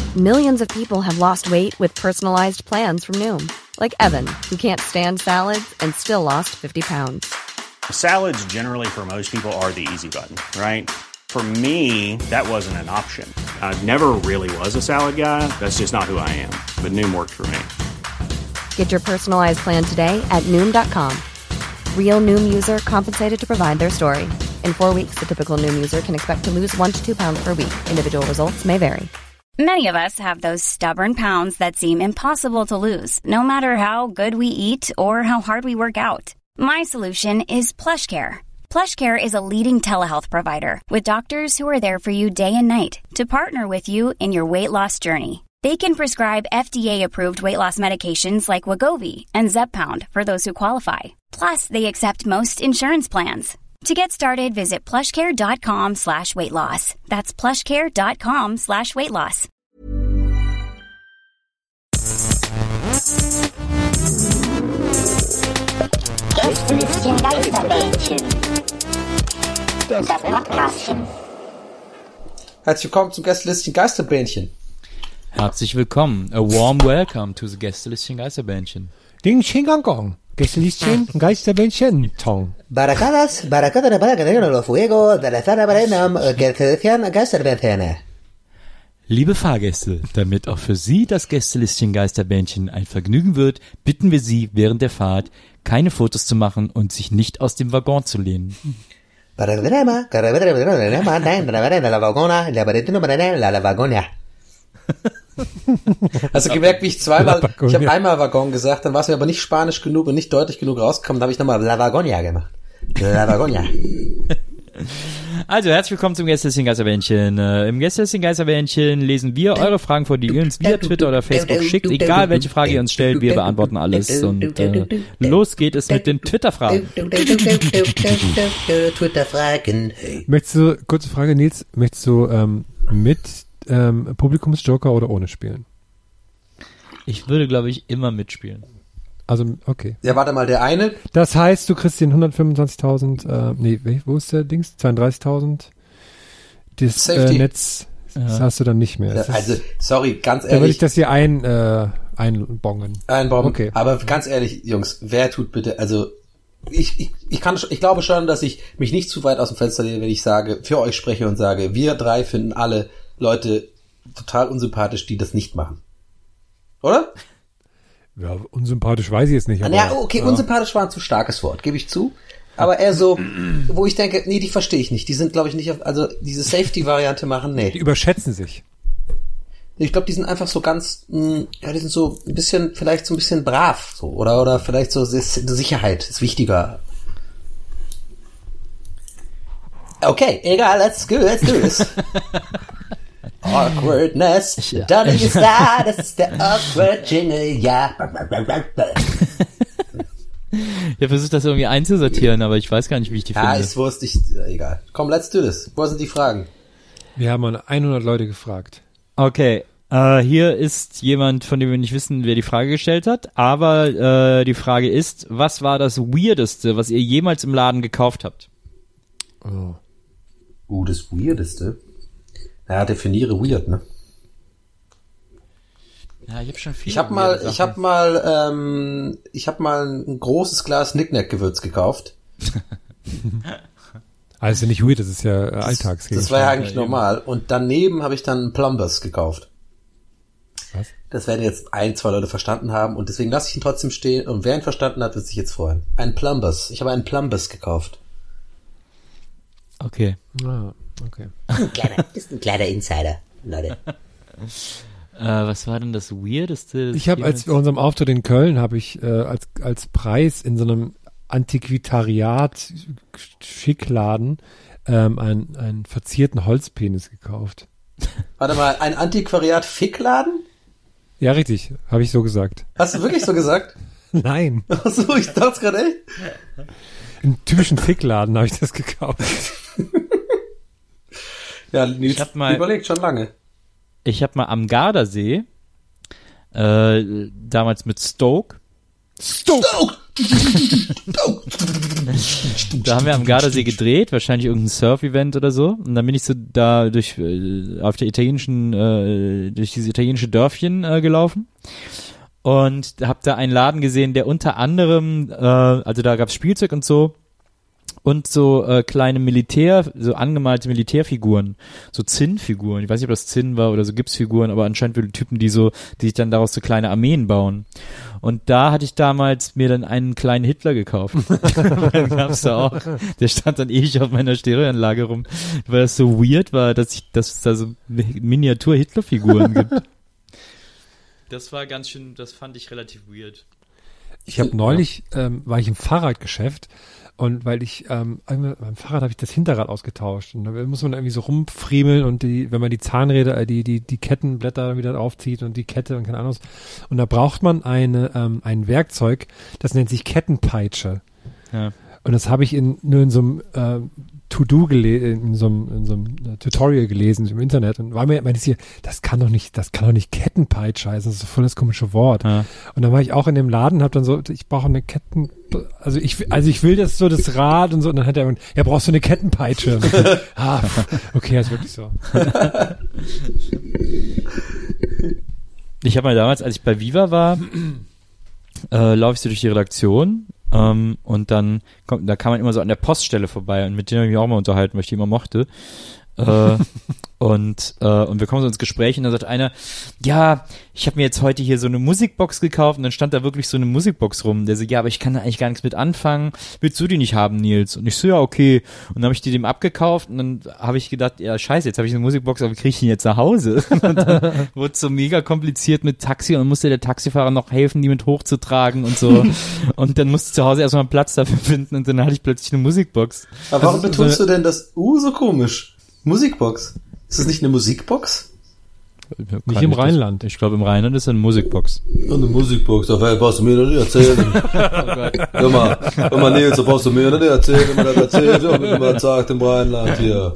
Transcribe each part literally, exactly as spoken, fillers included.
Millions of people have lost weight with personalized plans from Noom. Like Evan, who can't stand salads and still lost fifty pounds. Salads generally for most people are the easy button, right? For me, that wasn't an option. I never really was a salad guy. That's just not who I am. But Noom worked for me. Get your personalized plan today at Noom dot com. Real Noom user compensated to provide their story. In four weeks, the typical Noom user can expect to lose one to two pounds per week. Individual results may vary. Many of us have those stubborn pounds that seem impossible to lose, no matter how good we eat or how hard we work out. My solution is PlushCare. PlushCare is a leading telehealth provider with doctors who are there for you day and night to partner with you in your weight loss journey. They can prescribe F D A-approved weight loss medications like Wegovy and Zepbound for those who qualify. Plus, they accept most insurance plans. To get started, visit plushcare.com slash weight loss. That's plushcare.com slash weight loss. Gästelistchen Geisterbällchen. Das Podcastchen. Herzlich willkommen zum Gästelistchen Geisterbähnchen. Herzlich willkommen. A warm welcome to the Gästelistchen Geisterbähnchen. Ding Chingangong. Gästelistchen Geisterbähnchen. Tong. Barracadas, barracada de barracadero lo fuego, de la zara barenam, Gästelistchen Geisterbähnchen. Liebe Fahrgäste, damit auch für Sie das Gästelistchen Geisterbähnchen ein Vergnügen wird, bitten wir Sie während der Fahrt, keine Fotos zu machen und sich nicht aus dem Waggon zu lehnen. Hast du gemerkt, wie ich zweimal, ich habe einmal Waggon gesagt, dann war es mir aber nicht spanisch genug und nicht deutlich genug rausgekommen, da habe ich nochmal La Vagonia gemacht. La Vagonia. Also, herzlich willkommen zum Gästelistchen Geisterbähnchen. Äh, Im Gästelistchen Geisterbähnchen lesen wir eure Fragen vor, die ihr uns via Twitter oder Facebook schickt. Egal, welche Frage ihr uns stellt, wir beantworten alles. Und äh, los geht es mit den Twitter-Fragen. Twitter-Fragen. Möchtest du, kurze Frage, Nils, möchtest du ähm, mit ähm, Publikumsjoker oder ohne spielen? Ich würde, glaube ich, immer mitspielen. Also, okay. Ja, warte mal, der eine. Das heißt, du kriegst den hundertfünfundzwanzigtausend, äh, nee, wo ist der Dings? zweiunddreißigtausend. Das äh, Netz, das ja. hast du dann nicht mehr. Das also, sorry, ganz ehrlich. Da würde ich das hier ein, äh, einbongen. Einbongen. Okay. Aber ganz ehrlich, Jungs, wer tut bitte, also, ich, ich, ich kann, ich glaube schon, dass ich mich nicht zu weit aus dem Fenster lehne, wenn ich sage, für euch spreche und sage, wir drei finden alle Leute total unsympathisch, die das nicht machen. Oder? Ja, unsympathisch weiß ich jetzt nicht. Aber, ja, okay, ja. Unsympathisch war ein zu starkes Wort, gebe ich zu. Aber eher so, wo ich denke, nee, die verstehe ich nicht. Die sind, glaube ich, nicht auf, also diese Safety-Variante machen, nee. Die überschätzen sich. Ich glaube, die sind einfach so ganz, mh, ja, die sind so ein bisschen, vielleicht so ein bisschen brav, so, oder, oder vielleicht so, Sicherheit ist wichtiger. Okay, egal, let's go, let's do this. Awkwardness, Donny ist da, das ist der Awkward Jingle, ja. Ja, versucht das irgendwie einzusortieren, aber ich weiß gar nicht, wie ich die ja, finde. Ja, ist Wurst, ich, egal. Komm, let's do this. Wo sind die Fragen? Wir haben mal hundert Leute gefragt. Okay, äh, hier ist jemand, von dem wir nicht wissen, wer die Frage gestellt hat, aber äh, die Frage ist, was war das Weirdeste, was ihr jemals im Laden gekauft habt? Oh. Uh, das Weirdeste? Ja, definiere weird, ne? Ja, ich habe schon viel. Ich habe mal, ich habe mal, ähm, ich habe mal ein großes Glas Knick-Knack-Gewürz gekauft. Also nicht weird, das ist ja äh, Alltagsgegenstand. Das war ja eigentlich ja, normal. Und daneben habe ich dann Plumbers gekauft. Was? Das werden jetzt ein, zwei Leute verstanden haben und deswegen lasse ich ihn trotzdem stehen. Und wer ihn verstanden hat, wird sich jetzt freuen. Ein Plumbers. Ich habe einen Plumbers gekauft. Okay. Ah, okay. Ein kleiner, das ist ein kleiner Insider, Leute. Äh, was war denn das Weirdeste? Das ich habe, als bei unserem Auftritt in Köln, habe ich äh, als als Preis in so einem Antiquitariat Schickladen ähm, einen, einen verzierten Holzpenis gekauft. Warte mal, ein Antiquariat Fickladen? Ja, richtig, habe ich so gesagt. Hast du wirklich so gesagt? Nein. Ach so, ich dachte es gerade echt. Im typischen Fickladen habe ich das gekauft. Ja, Nils, ich hab mal, überlegt schon lange. Ich habe mal am Gardasee, äh, damals mit Stoke. Stoke! Da haben wir am Gardasee gedreht, wahrscheinlich irgendein Surf-Event oder so. Und dann bin ich so da durch äh, auf der italienischen, äh, durch dieses italienische Dörfchen äh, gelaufen. Und hab da einen Laden gesehen, der unter anderem, äh, also da gab's Spielzeug und so. Und so äh, kleine Militär, so angemalte Militärfiguren, so Zinnfiguren. Ich weiß nicht, ob das Zinn war oder so Gipsfiguren, aber anscheinend für die Typen, die so, die sich dann daraus so kleine Armeen bauen. Und da hatte ich damals mir dann einen kleinen Hitler gekauft. Den gab's da auch. Der stand dann ewig auf meiner Stereoanlage rum, weil es so weird war, dass ich, dass es da so Miniatur-Hitler-Figuren gibt. Das war ganz schön, das fand ich relativ weird. Ich habe neulich, ähm, war ich im Fahrradgeschäft. Und weil ich, ähm, beim Fahrrad habe ich das Hinterrad ausgetauscht. Und da muss man irgendwie so rumfriemeln und die, wenn man die Zahnräder, äh, die, die, die Kettenblätter wieder aufzieht und die Kette und keine Ahnung was. Und da braucht man eine, ähm, ein Werkzeug, das nennt sich Kettenpeitsche. Ja. Und das habe ich in, nur in so einem, äh, To-Do gelesen, in so einem, in so einem uh, Tutorial gelesen im Internet und war mir, meinte ich hier, das kann doch nicht, das kann doch nicht Kettenpeitsche heißen, das ist so voll das komische Wort. Ja. Und dann war ich auch in dem Laden, hab dann so, ich brauche eine Ketten, also ich, also ich will das so, das Rad und so, und dann hat er, ja, brauchst du eine Kettenpeitsche? Und dann, ah, okay, das ist wirklich so. Ich habe mal damals, als ich bei Viva war, äh, laufe ich so durch die Redaktion. Um, und dann kommt, da kam man immer so an der Poststelle vorbei und mit denen habe ich mich auch mal unterhalten, weil ich die immer mochte. äh, und äh, und wir kommen so ins Gespräch und dann sagt einer, ja, ich habe mir jetzt heute hier so eine Musikbox gekauft und dann stand da wirklich so eine Musikbox rum. Der so, ja, aber ich kann da eigentlich gar nichts mit anfangen. Willst du die nicht haben, Nils? Und ich so, ja, okay. Und dann habe ich die dem abgekauft und dann habe ich gedacht, ja, scheiße, jetzt habe ich eine Musikbox, aber wie kriege ich die jetzt nach Hause? Und dann wurde es so mega kompliziert mit Taxi und dann musste der Taxifahrer noch helfen, die mit hochzutragen und so. Und dann musste ich zu Hause erstmal einen Platz dafür finden und dann hatte ich plötzlich eine Musikbox. Aber warum also, betonst du denn das U so komisch? Musikbox? Ist das nicht eine Musikbox? Nicht im Rheinland. Das, ich glaube, im Rheinland ist es eine Musikbox. Eine Musikbox, da brauchst du mir noch nicht erzählen. Oh hör mal, hör mal, Nils, da brauchst du mir noch nicht erzählen, wenn man das erzählt, ja, wenn man sagt im Rheinland hier.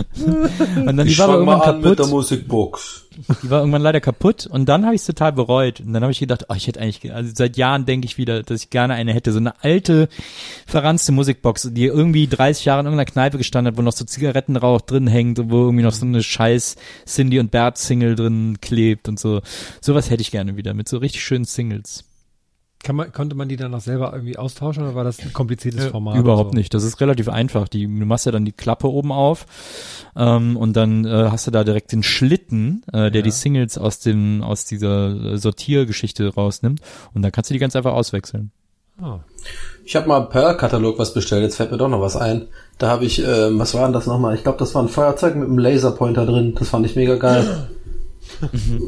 Und dann ich die war fang mal an kaputt. mit der Musikbox. Die war irgendwann leider kaputt und dann habe ich es total bereut. Und dann habe ich gedacht, oh, ich hätte eigentlich, also seit Jahren denke ich wieder, dass ich gerne eine hätte. So eine alte, verranzte Musikbox, die irgendwie dreißig Jahre in irgendeiner Kneipe gestanden hat, wo noch so Zigarettenrauch drin hängt und wo irgendwie noch so eine scheiß Cindy und Bert Single drin klebt und so. Sowas hätte ich gerne wieder, mit so richtig schönen Singles. Kann man, konnte man die dann noch selber irgendwie austauschen oder war das ein kompliziertes Format? Äh, überhaupt so? Nicht. Das ist relativ einfach. Die, du machst ja dann die Klappe oben auf ähm, und dann äh, hast du da direkt den Schlitten, äh, der ja. die Singles aus dem aus dieser Sortiergeschichte rausnimmt und dann kannst du die ganz einfach auswechseln. Oh. Ich habe mal im Pearl-Katalog was bestellt. Jetzt fällt mir doch noch was ein. Da habe ich, ähm, was war denn das nochmal? Ich glaube, das war ein Feuerzeug mit einem Laserpointer drin. Das fand ich mega geil. Mhm.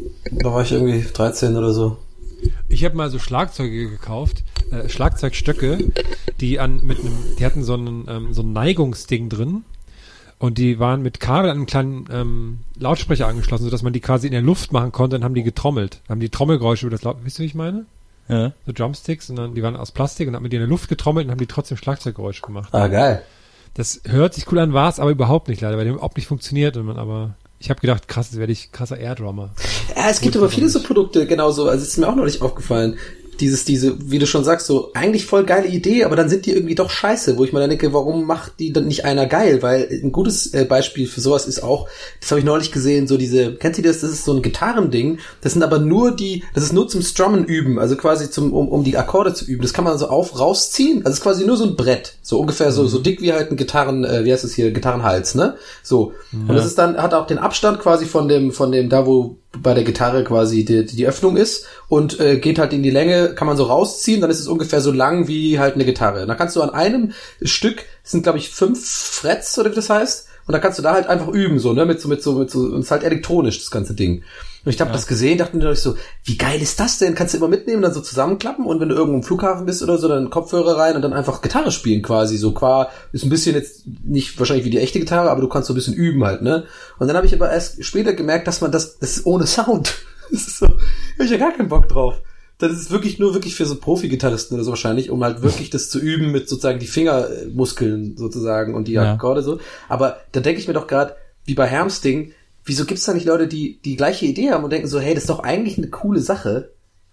Da war ich irgendwie dreizehn oder so. Ich habe mal so Schlagzeuge gekauft, äh, Schlagzeugstöcke, die an mit einem, die hatten so einen ähm, so ein Neigungsding drin und die waren mit Kabel an einem kleinen ähm, Lautsprecher angeschlossen, sodass man die quasi in der Luft machen konnte. Dann haben die getrommelt, haben die Trommelgeräusche über das Laut, wisst ihr, wie ich meine? Ja. So Drumsticks und dann die waren aus Plastik und dann haben die in der Luft getrommelt und haben die trotzdem Schlagzeuggeräusche gemacht. Ah, geil. Das hört sich cool an, war es aber überhaupt nicht leider, weil die überhaupt nicht funktioniert und man aber ich habe gedacht, krass, jetzt werde ich krasser Airdrummer. Ja, es gibt aber viele so Produkte, genauso, also es ist mir auch noch nicht aufgefallen. Dieses, diese, wie du schon sagst, so eigentlich voll geile Idee, aber dann sind die irgendwie doch scheiße, wo ich mir dann denke, warum macht die dann nicht einer geil? Weil ein gutes äh, Beispiel für sowas ist auch, das habe ich neulich gesehen, so diese, kennst du das, das ist so ein Gitarrending, das sind aber nur die, das ist nur zum Strummen üben, also quasi zum, um, um die Akkorde zu üben, das kann man so auf, rausziehen, also es ist quasi nur so ein Brett, so ungefähr so, mhm. so dick wie halt ein Gitarren, äh, wie heißt es hier, Gitarrenhals, ne? So. Mhm. Und das ist dann, hat auch den Abstand quasi von dem, von dem, da wo bei der Gitarre quasi die, die Öffnung ist und äh, geht halt in die Länge, kann man so rausziehen, dann ist es ungefähr so lang wie halt eine Gitarre. Und dann kannst du an einem Stück, das sind glaube ich fünf Frets oder wie das heißt, und da kannst du da halt einfach üben, so, ne, mit so, mit so, mit so, und es ist halt elektronisch, das ganze Ding. Und ich habe ja. das gesehen, dachte mir so, wie geil ist das denn? Kannst du immer mitnehmen, dann so zusammenklappen und wenn du irgendwo im Flughafen bist oder so, dann Kopfhörer rein und dann einfach Gitarre spielen quasi, so qua, ist ein bisschen jetzt nicht wahrscheinlich wie die echte Gitarre, aber du kannst so ein bisschen üben halt, ne? Und dann habe ich aber erst später gemerkt, dass man das, das ist ohne Sound. Das ist so, hab ich ja gar keinen Bock drauf. Das ist wirklich nur wirklich für so Profi-Gitarristen oder so wahrscheinlich, um halt wirklich das zu üben mit sozusagen die Fingermuskeln sozusagen und die ja. Akkorde so. Aber da denke ich mir doch gerade, wie bei Herms Ding, wieso gibt's da nicht Leute, die die gleiche Idee haben und denken so, hey, das ist doch eigentlich eine coole Sache,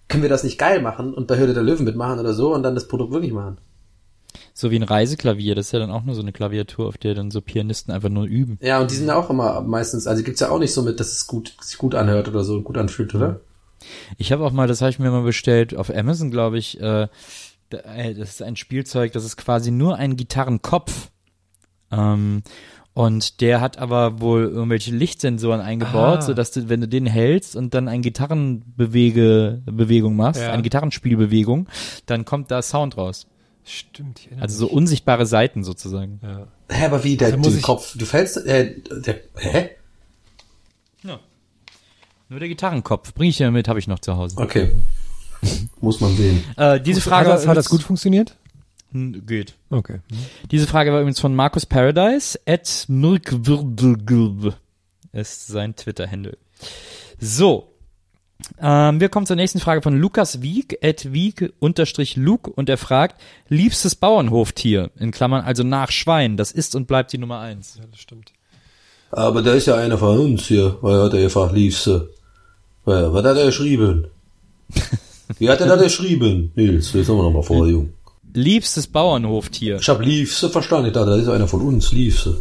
können wir das nicht geil machen und bei Höhle der Löwen mitmachen oder so und dann das Produkt wirklich machen? So wie ein Reiseklavier, das ist ja dann auch nur so eine Klaviatur, auf der dann so Pianisten einfach nur üben. Ja, und die sind ja auch immer meistens, also gibt's ja auch nicht so mit, dass es gut, sich gut anhört oder so und gut anfühlt, oder? Ich habe auch mal, das habe ich mir mal bestellt, auf Amazon, glaube ich, äh, das ist ein Spielzeug, das ist quasi nur ein Gitarrenkopf. Ähm, und der hat aber wohl irgendwelche Lichtsensoren eingebaut, Ah. sodass du, wenn du den hältst und dann eine Gitarrenbewege, Bewegung machst, Ja. eine Gitarrenspielbewegung, dann kommt da Sound raus. Stimmt. Ich erinnere Also so mich. unsichtbare Seiten sozusagen. Ja. Hä, aber wie, der, Also muss den ich- Kopf, du fällst, äh, der, hä? Ja. Nur der Gitarrenkopf, bring ich dir mit, habe ich noch zu Hause. Okay. Muss man sehen. Äh, diese Frage hat, das, hat das gut funktioniert? Hm, Geht. Okay. Diese Frage war übrigens von Markus Paradise, at Mirkwirdelgilb ist sein Twitter-Handle. So, ähm, wir kommen zur nächsten Frage von Lukas Wieg, at Wieg unterstrich Luke, und er fragt, liebstes Bauernhoftier, in Klammern also nach Schwein, das ist und bleibt die Nummer eins. Ja, das stimmt. Aber der ist ja einer von uns hier, weil er hat ja gefragt, liebste. Weil, was hat er geschrieben? Wie hat er das geschrieben? Nils, jetzt haben wir noch mal vor, Junge. Liebstes Bauernhoftier. Ich hab Liebste verstanden, ich dachte, das ist einer von uns, Liebste.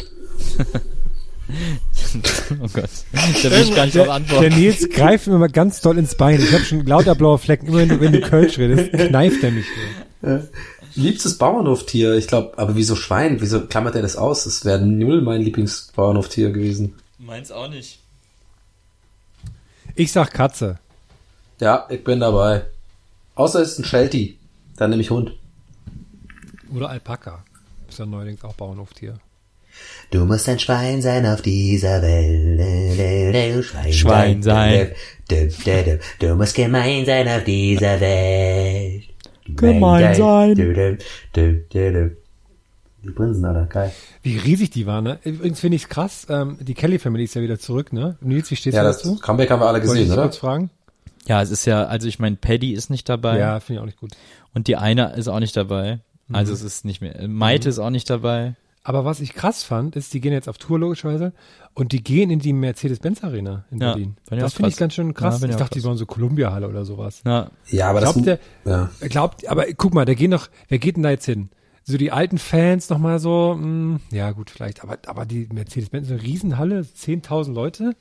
Oh Gott, da will ich gar nicht drauf Der antworten. Nils greift mir immer ganz doll ins Bein. Ich habe schon lauter blaue Flecken. Immer wenn du, wenn du Kölsch redest, kneift er mich. Liebstes Bauernhoftier, ich glaube, aber wieso Schwein? Wieso klammert er das aus? Das wäre null mein Lieblingsbauernhoftier gewesen. Meins auch nicht. Ich sag Katze. Ja, ich bin dabei. Außer es ist ein Sheltie. Dann nehme ich Hund. Oder Alpaka. Ist ja neuerdings auch Bauernhoftier. Du musst ein Schwein sein auf dieser Welt. Schwein, Schwein sein. Du, du, du, du musst gemein sein auf dieser Welt. Gemein sein. Du, du, du, du, du. Die Prinzen, Alter, geil. Wie riesig die waren, ne? Übrigens finde ich es krass. Ähm, die Kelly Family ist ja wieder zurück, ne? Nils, wie stehst Ja, du das dazu? Comeback haben wir alle Wollte ich gesehen, dich oder? kurz fragen? Ja, es ist ja, also ich meine, Paddy ist nicht dabei. Ja, finde ich auch nicht gut. Und die eine ist auch nicht dabei. Also es ist nicht mehr. Maite ist auch nicht dabei. Aber was ich krass fand, ist, die gehen jetzt auf Tour logischerweise und die gehen in die Mercedes-Benz Arena in Ja, Berlin. fand ich Das auch finde ich krass. ganz schön krass. Ja, find ich ich auch dachte, die krass. waren so Columbia-Halle oder sowas. Ja. Ja, aber das... Glaubt der, ja. glaubt, aber guck mal, der geht noch, wer geht denn da jetzt hin? So die alten Fans nochmal so, mh, ja gut, vielleicht, aber, aber die Mercedes-Benz, eine Riesenhalle, zehntausend Leute?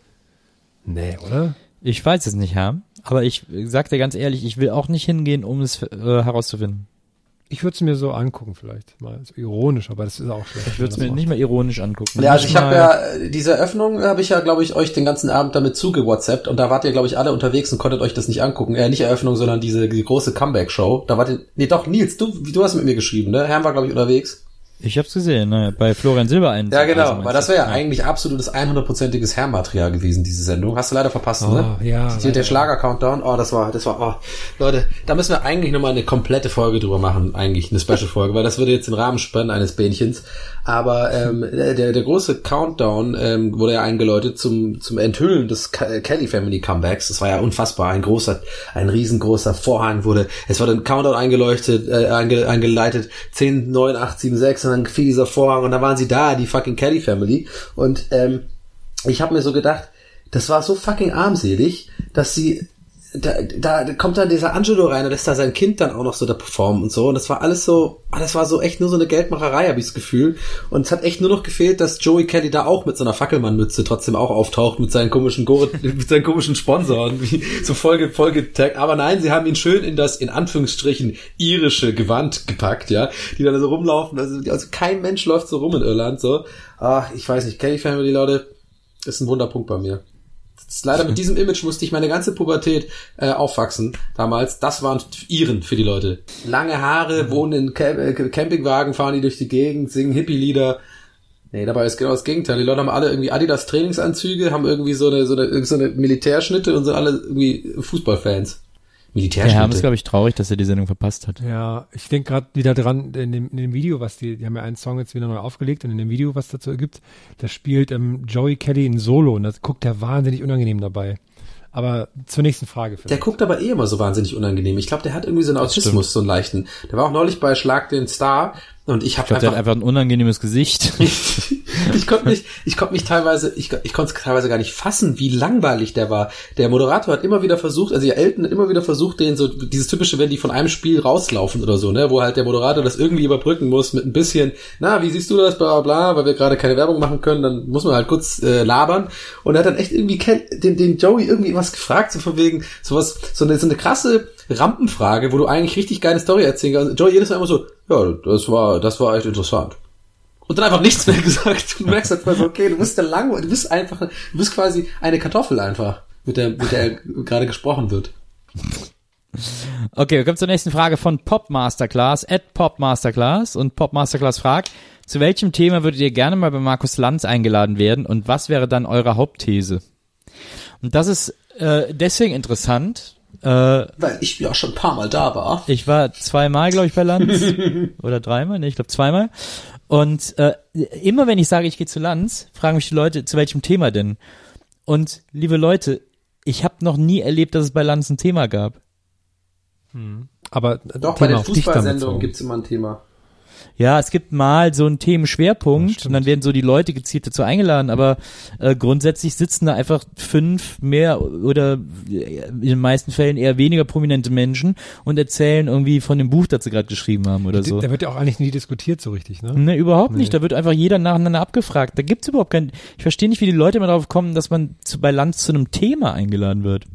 Nee, oder? Ich weiß es nicht, Herr. Aber ich sag dir ganz ehrlich, ich will auch nicht hingehen, um es äh, herauszufinden. Ich würde es mir so angucken vielleicht, mal so ironisch, aber das ist auch schlecht. Ich würde es mir nicht mal ironisch angucken. Ja, also Nicht ich habe mal- ja, äh, diese Eröffnung habe ich ja, glaube ich, euch den ganzen Abend damit zugewhatsappt und da wart ihr, glaube ich, alle unterwegs und konntet euch das nicht angucken. Äh, nicht Eröffnung, sondern diese die große Comeback-Show. Da wart ihr, nee doch, Nils, du, du hast mit mir geschrieben, ne? Herrn war, glaube ich, unterwegs. Ich hab's gesehen, ne? Bei Florian Silbereisen. Ja, genau, Also weil das wäre ja eigentlich absolutes hundertprozentiges Herrenmaterial gewesen, diese Sendung. Hast du leider verpasst, Oh, ne? ja, Hier leider. der Schlager-Countdown, oh, das war, das war, oh, Leute, da müssen wir eigentlich nochmal eine komplette Folge drüber machen, eigentlich, eine Special-Folge, weil das würde jetzt den Rahmen spannen eines Bähnchens. Aber ähm, der, der große Countdown ähm, wurde ja eingeläutet zum zum Enthüllen des Ke- Kelly Family Comebacks. Das war ja unfassbar, ein großer, ein riesengroßer Vorhang wurde, es wurde ein Countdown eingeleuchtet, äh, einge, eingeleitet, zehn, neun, acht, sieben, sechs und dann fiel dieser Vorhang und dann waren sie da, die fucking Kelly Family. Und ähm, ich habe mir so gedacht, das war so fucking armselig, dass sie da, da kommt dann dieser Angelo rein und lässt da sein Kind dann auch noch so da performen und so und das war alles so, ah, das war so echt nur so eine Geldmacherei, habe ich das Gefühl, und es hat echt nur noch gefehlt, dass Joey Kelly da auch mit so einer Fackelmannmütze trotzdem auch auftaucht mit seinen komischen Gore, mit seinen komischen Sponsoren, wie so voll vollgetaggt, aber nein, sie haben ihn schön in das in Anführungsstrichen irische Gewand gepackt, ja, die dann so rumlaufen, also, also kein Mensch läuft so rum in Irland, so, ach, ich weiß nicht, Kelly Family, Leute, ist ein Wunderpunkt bei mir. Das ist leider mit diesem Image musste ich meine ganze Pubertät äh, aufwachsen damals. Das waren Iren für die Leute. Lange Haare, wohnen in Camp- äh, Campingwagen, fahren die durch die Gegend, singen Hippie-Lieder. Nee, dabei ist genau das Gegenteil. Die Leute haben alle irgendwie Adidas Trainingsanzüge, haben irgendwie so eine so eine, so eine Militärschnitte und sind alle irgendwie Fußballfans. Der Militärschnitte. Herr ist, glaube ich, traurig, dass er die Sendung verpasst hat. Ja, ich denke gerade wieder dran, in dem, in dem Video, was die, die haben ja einen Song jetzt wieder neu aufgelegt und in dem Video, was dazu gibt, da spielt ähm, Joey Kelly ein Solo und das guckt der wahnsinnig unangenehm dabei. Aber zur nächsten Frage. Der guckt aber eh immer so wahnsinnig unangenehm. Ich glaube, der hat irgendwie so einen Autismus, stimmt. so einen leichten. Der war auch neulich bei Schlag den Star und ich Ich habe glaube, der einfach... hat einfach ein unangenehmes Gesicht. Ich konnte mich, ich konnte mich teilweise, ich, ich konnte es teilweise gar nicht fassen, wie langweilig der war. Der Moderator hat immer wieder versucht, also ja, Elton hat immer wieder versucht, den so, dieses typische, wenn die von einem Spiel rauslaufen oder so, ne, wo halt der Moderator das irgendwie überbrücken muss mit ein bisschen, na, wie siehst du das, bla, bla, bla, weil wir gerade keine Werbung machen können, dann muss man halt kurz äh, labern. Und er hat dann echt irgendwie den, den Joey irgendwie was gefragt, so von wegen, sowas, so eine, so eine krasse Rampenfrage, wo du eigentlich richtig geile Story erzählen kannst. Joey jedes Mal immer so, ja, das war, das war echt interessant. Und dann einfach nichts mehr gesagt. Du merkst halt so, okay, du bist der lang, du bist einfach, du bist quasi eine Kartoffel einfach, mit der, mit der gerade gesprochen wird. Okay, wir kommen zur nächsten Frage von Pop Masterclass, at Pop Masterclass. Und Pop Masterclass fragt, zu welchem Thema würdet ihr gerne mal bei Markus Lanz eingeladen werden und was wäre dann eure Hauptthese? Und das ist äh, deswegen interessant, äh, weil ich ja schon ein paar Mal da war. Ich war zweimal, glaube ich, bei Lanz. Oder dreimal, ne, ich glaube zweimal. Und äh, immer wenn ich sage, ich gehe zu Lanz, fragen mich die Leute, zu welchem Thema denn? Und liebe Leute, ich habe noch nie erlebt, dass es bei Lanz ein Thema gab. Hm. Aber doch, bei den Fußballsendungen gibt's immer ein Thema. Ja, es gibt mal so einen Themenschwerpunkt und dann werden so die Leute gezielt dazu eingeladen, aber äh, grundsätzlich sitzen da einfach fünf mehr oder in den meisten Fällen eher weniger prominente Menschen und erzählen irgendwie von dem Buch, das sie gerade geschrieben haben oder so. Da wird ja auch eigentlich nie diskutiert so richtig, ne? Ne, überhaupt nee. nicht. Da wird einfach jeder nacheinander abgefragt. Da gibt's überhaupt kein, ich verstehe nicht, wie die Leute immer darauf kommen, dass man zu, bei Lanz zu einem Thema eingeladen wird.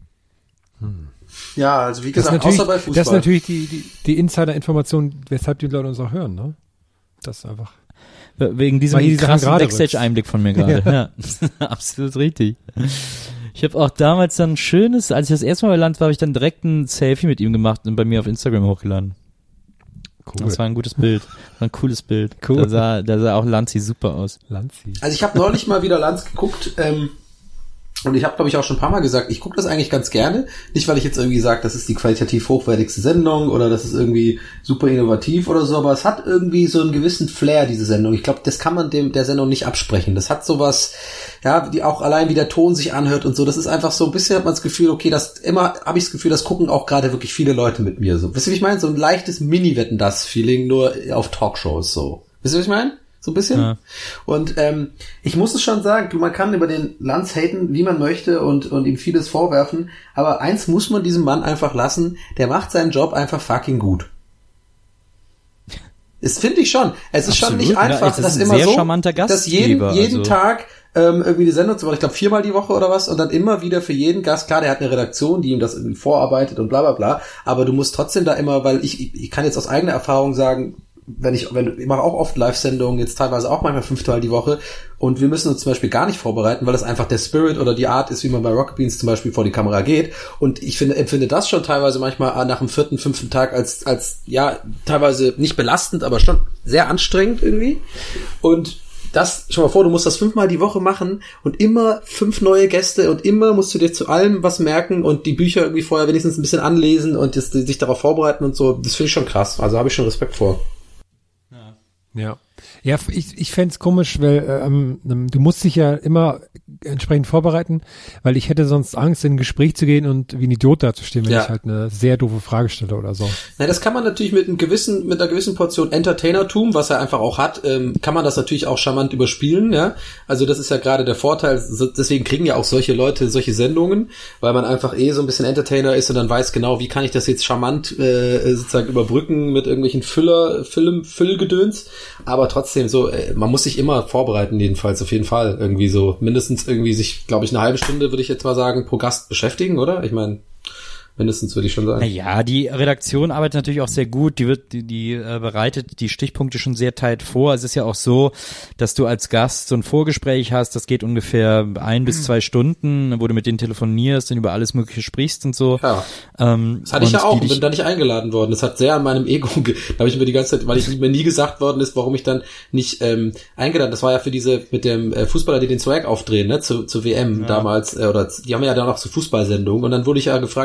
Hm. Ja, also wie gesagt, außer bei Fußball. Das ist natürlich die, die, die Insider-Information, weshalb die Leute uns auch hören, ne? Das ist einfach. Wegen diesem die krassen Backstage-Einblick von mir gerade. Ja. ja. Absolut richtig. Ich habe auch damals dann ein schönes, als ich das erste Mal bei Lanz war, habe ich dann direkt ein Selfie mit ihm gemacht und bei mir auf Instagram hochgeladen. Cool. Das war ein gutes Bild. War ein cooles Bild. Cool. Da sah, da sah auch Lanzi super aus. Lanzi. Also ich habe neulich mal wieder Lanz geguckt, ähm, und ich habe, glaube ich, auch schon ein paar Mal gesagt, ich gucke das eigentlich ganz gerne. Nicht, weil ich jetzt irgendwie sage, das ist die qualitativ hochwertigste Sendung oder das ist irgendwie super innovativ oder so, aber es hat irgendwie so einen gewissen Flair, diese Sendung. Ich glaube, das kann man dem der Sendung nicht absprechen. Das hat sowas, ja, die auch allein wie der Ton sich anhört und so. Das ist einfach so ein bisschen, hat man das Gefühl, okay, das immer habe ich das Gefühl, das gucken auch gerade wirklich viele Leute mit mir. So, wisst ihr, wie ich meine? So ein leichtes Mini-Wetten-das-Feeling nur auf Talkshows so. Wisst ihr, was ich meine? So ein bisschen. Ja. Und ähm, ich muss es schon sagen, du, man kann über den Lanz haten, wie man möchte und und ihm vieles vorwerfen, aber eins muss man diesem Mann einfach lassen, der macht seinen Job einfach fucking gut. Das finde ich schon. Es ist Absolut. schon nicht einfach, ja, dass immer so, dass jeden jeden also. Tag ähm, irgendwie die Sendung zu machen, ich glaube viermal die Woche oder was, und dann immer wieder für jeden Gast, klar, der hat eine Redaktion, die ihm das irgendwie vorarbeitet und bla bla bla, aber du musst trotzdem da immer, weil ich ich kann jetzt aus eigener Erfahrung sagen, wenn ich, wenn ich mache auch oft Live-Sendungen, jetzt teilweise auch manchmal fünfmal die Woche, und wir müssen uns zum Beispiel gar nicht vorbereiten, weil das einfach der Spirit oder die Art ist, wie man bei Rocket Beans zum Beispiel vor die Kamera geht, und ich finde, empfinde das schon teilweise manchmal nach dem vierten, fünften Tag als, als, ja, teilweise nicht belastend, aber schon sehr anstrengend irgendwie, und das, schau mal vor, du musst das fünfmal die Woche machen und immer fünf neue Gäste und immer musst du dir zu allem was merken und die Bücher irgendwie vorher wenigstens ein bisschen anlesen und das, sich darauf vorbereiten und so, das finde ich schon krass, also habe ich schon Respekt vor. Ja, ja, ich, ich fänd's komisch, weil ähm, du musst dich ja immer entsprechend vorbereiten, weil ich hätte sonst Angst, in ein Gespräch zu gehen und wie ein Idiot dazustehen, wenn ja. ich halt eine sehr doofe Frage stelle oder so. Na, das kann man natürlich mit einem gewissen, mit einer gewissen Portion Entertainertum, was er einfach auch hat, ähm, kann man das natürlich auch charmant überspielen, ja. Also das ist ja gerade der Vorteil, deswegen kriegen ja auch solche Leute solche Sendungen, weil man einfach eh so ein bisschen Entertainer ist und dann weiß genau, wie kann ich das jetzt charmant äh, sozusagen überbrücken mit irgendwelchen Füller, Film, Füllgedöns, aber trotzdem so, äh, man muss sich immer vorbereiten, jedenfalls, auf jeden Fall, irgendwie so, mindestens irgendwie sich, glaube ich, eine halbe Stunde, würde ich jetzt mal sagen, pro Gast beschäftigen, oder? Ich meine, mindestens würde ich schon sagen. Naja, die Redaktion arbeitet natürlich auch sehr gut, die wird, die, die äh, bereitet die Stichpunkte schon sehr tight vor. Es ist ja auch so, dass du als Gast so ein Vorgespräch hast, das geht ungefähr ein bis zwei Stunden, wo du mit denen telefonierst und über alles Mögliche sprichst und so. Ja. Ähm, das hatte ich ja auch, und bin da nicht eingeladen worden. Das hat sehr an meinem Ego, ge- da habe ich mir die ganze Zeit, weil ich mir nie gesagt worden ist, warum ich dann nicht ähm, eingeladen. Das war ja für diese, mit dem äh, Fußballer, die den Swag aufdrehen, ne, zu, zu W M ja. damals, äh, oder die haben ja dann auch so Fußballsendungen, und dann wurde ich ja gefragt, hast du da Bock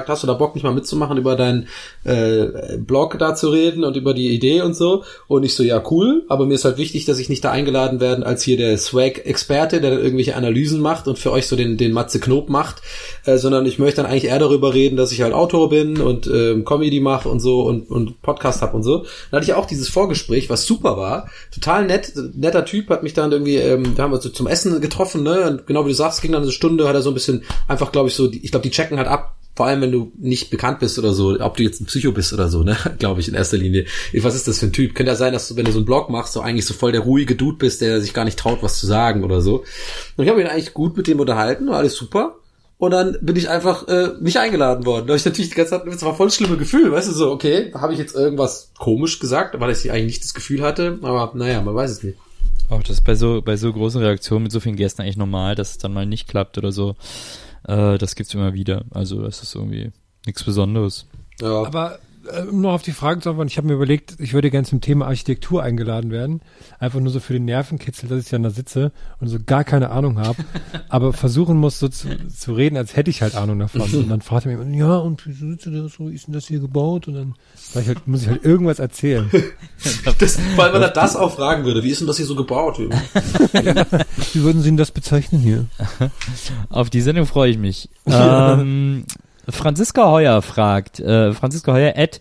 Bock, mich mal mitzumachen, über deinen äh, Blog da zu reden und über die Idee und so. Und ich so, ja, cool, aber mir ist halt wichtig, dass ich nicht da eingeladen werde als hier der Swag-Experte, der dann irgendwelche Analysen macht und für euch so den, den Matze Knob macht, äh, sondern ich möchte dann eigentlich eher darüber reden, dass ich halt Autor bin und ähm, Comedy mache und so und, und Podcast hab und so. Dann hatte ich auch dieses Vorgespräch, was super war. Total nett, netter Typ, hat mich dann irgendwie, ähm, da haben wir so zum Essen getroffen, ne, und genau wie du sagst, ging dann eine Stunde, hat er so ein bisschen einfach, glaube ich, so, ich glaube, die checken halt ab, vor allem wenn du nicht bekannt bist oder so, ob du jetzt ein Psycho bist oder so, ne, glaube ich, in erster Linie. Was ist das für ein Typ? Könnte ja sein, dass du, wenn du so einen Blog machst, so eigentlich so voll der ruhige Dude bist, der sich gar nicht traut, was zu sagen oder so. Und ich habe mich eigentlich gut mit dem unterhalten, war alles super. Und dann bin ich einfach äh, nicht eingeladen worden. Da habe ich natürlich die ganze Zeit, das war voll das schlimme Gefühl, weißt du, so, okay, habe ich jetzt irgendwas komisch gesagt, weil ich eigentlich nicht das Gefühl hatte, aber naja, man weiß es nicht. Auch das ist bei so, bei so großen Reaktionen mit so vielen Gästen eigentlich normal, dass es dann mal nicht klappt oder so. Äh, das gibt's immer wieder. Also das ist irgendwie nichts Besonderes. Ja. Aber äh, um noch auf die Frage zu antworten, ich habe mir überlegt, ich würde gerne zum Thema Architektur eingeladen werden. Einfach nur so für den Nervenkitzel, dass ich dann da sitze und so gar keine Ahnung habe, aber versuchen muss, so zu, zu reden, als hätte ich halt Ahnung davon. Und dann fragt er mich, ja, und wie sitzt du da so, ist denn das hier gebaut? Und dann sag ich halt, muss ich halt irgendwas erzählen. Das, weil man das auch fragen würde, wie ist denn das hier so gebaut? Wie würden Sie denn das bezeichnen hier? Auf die Sendung freue ich mich. ähm, Franziska Heuer fragt, äh, Franziska Heuer at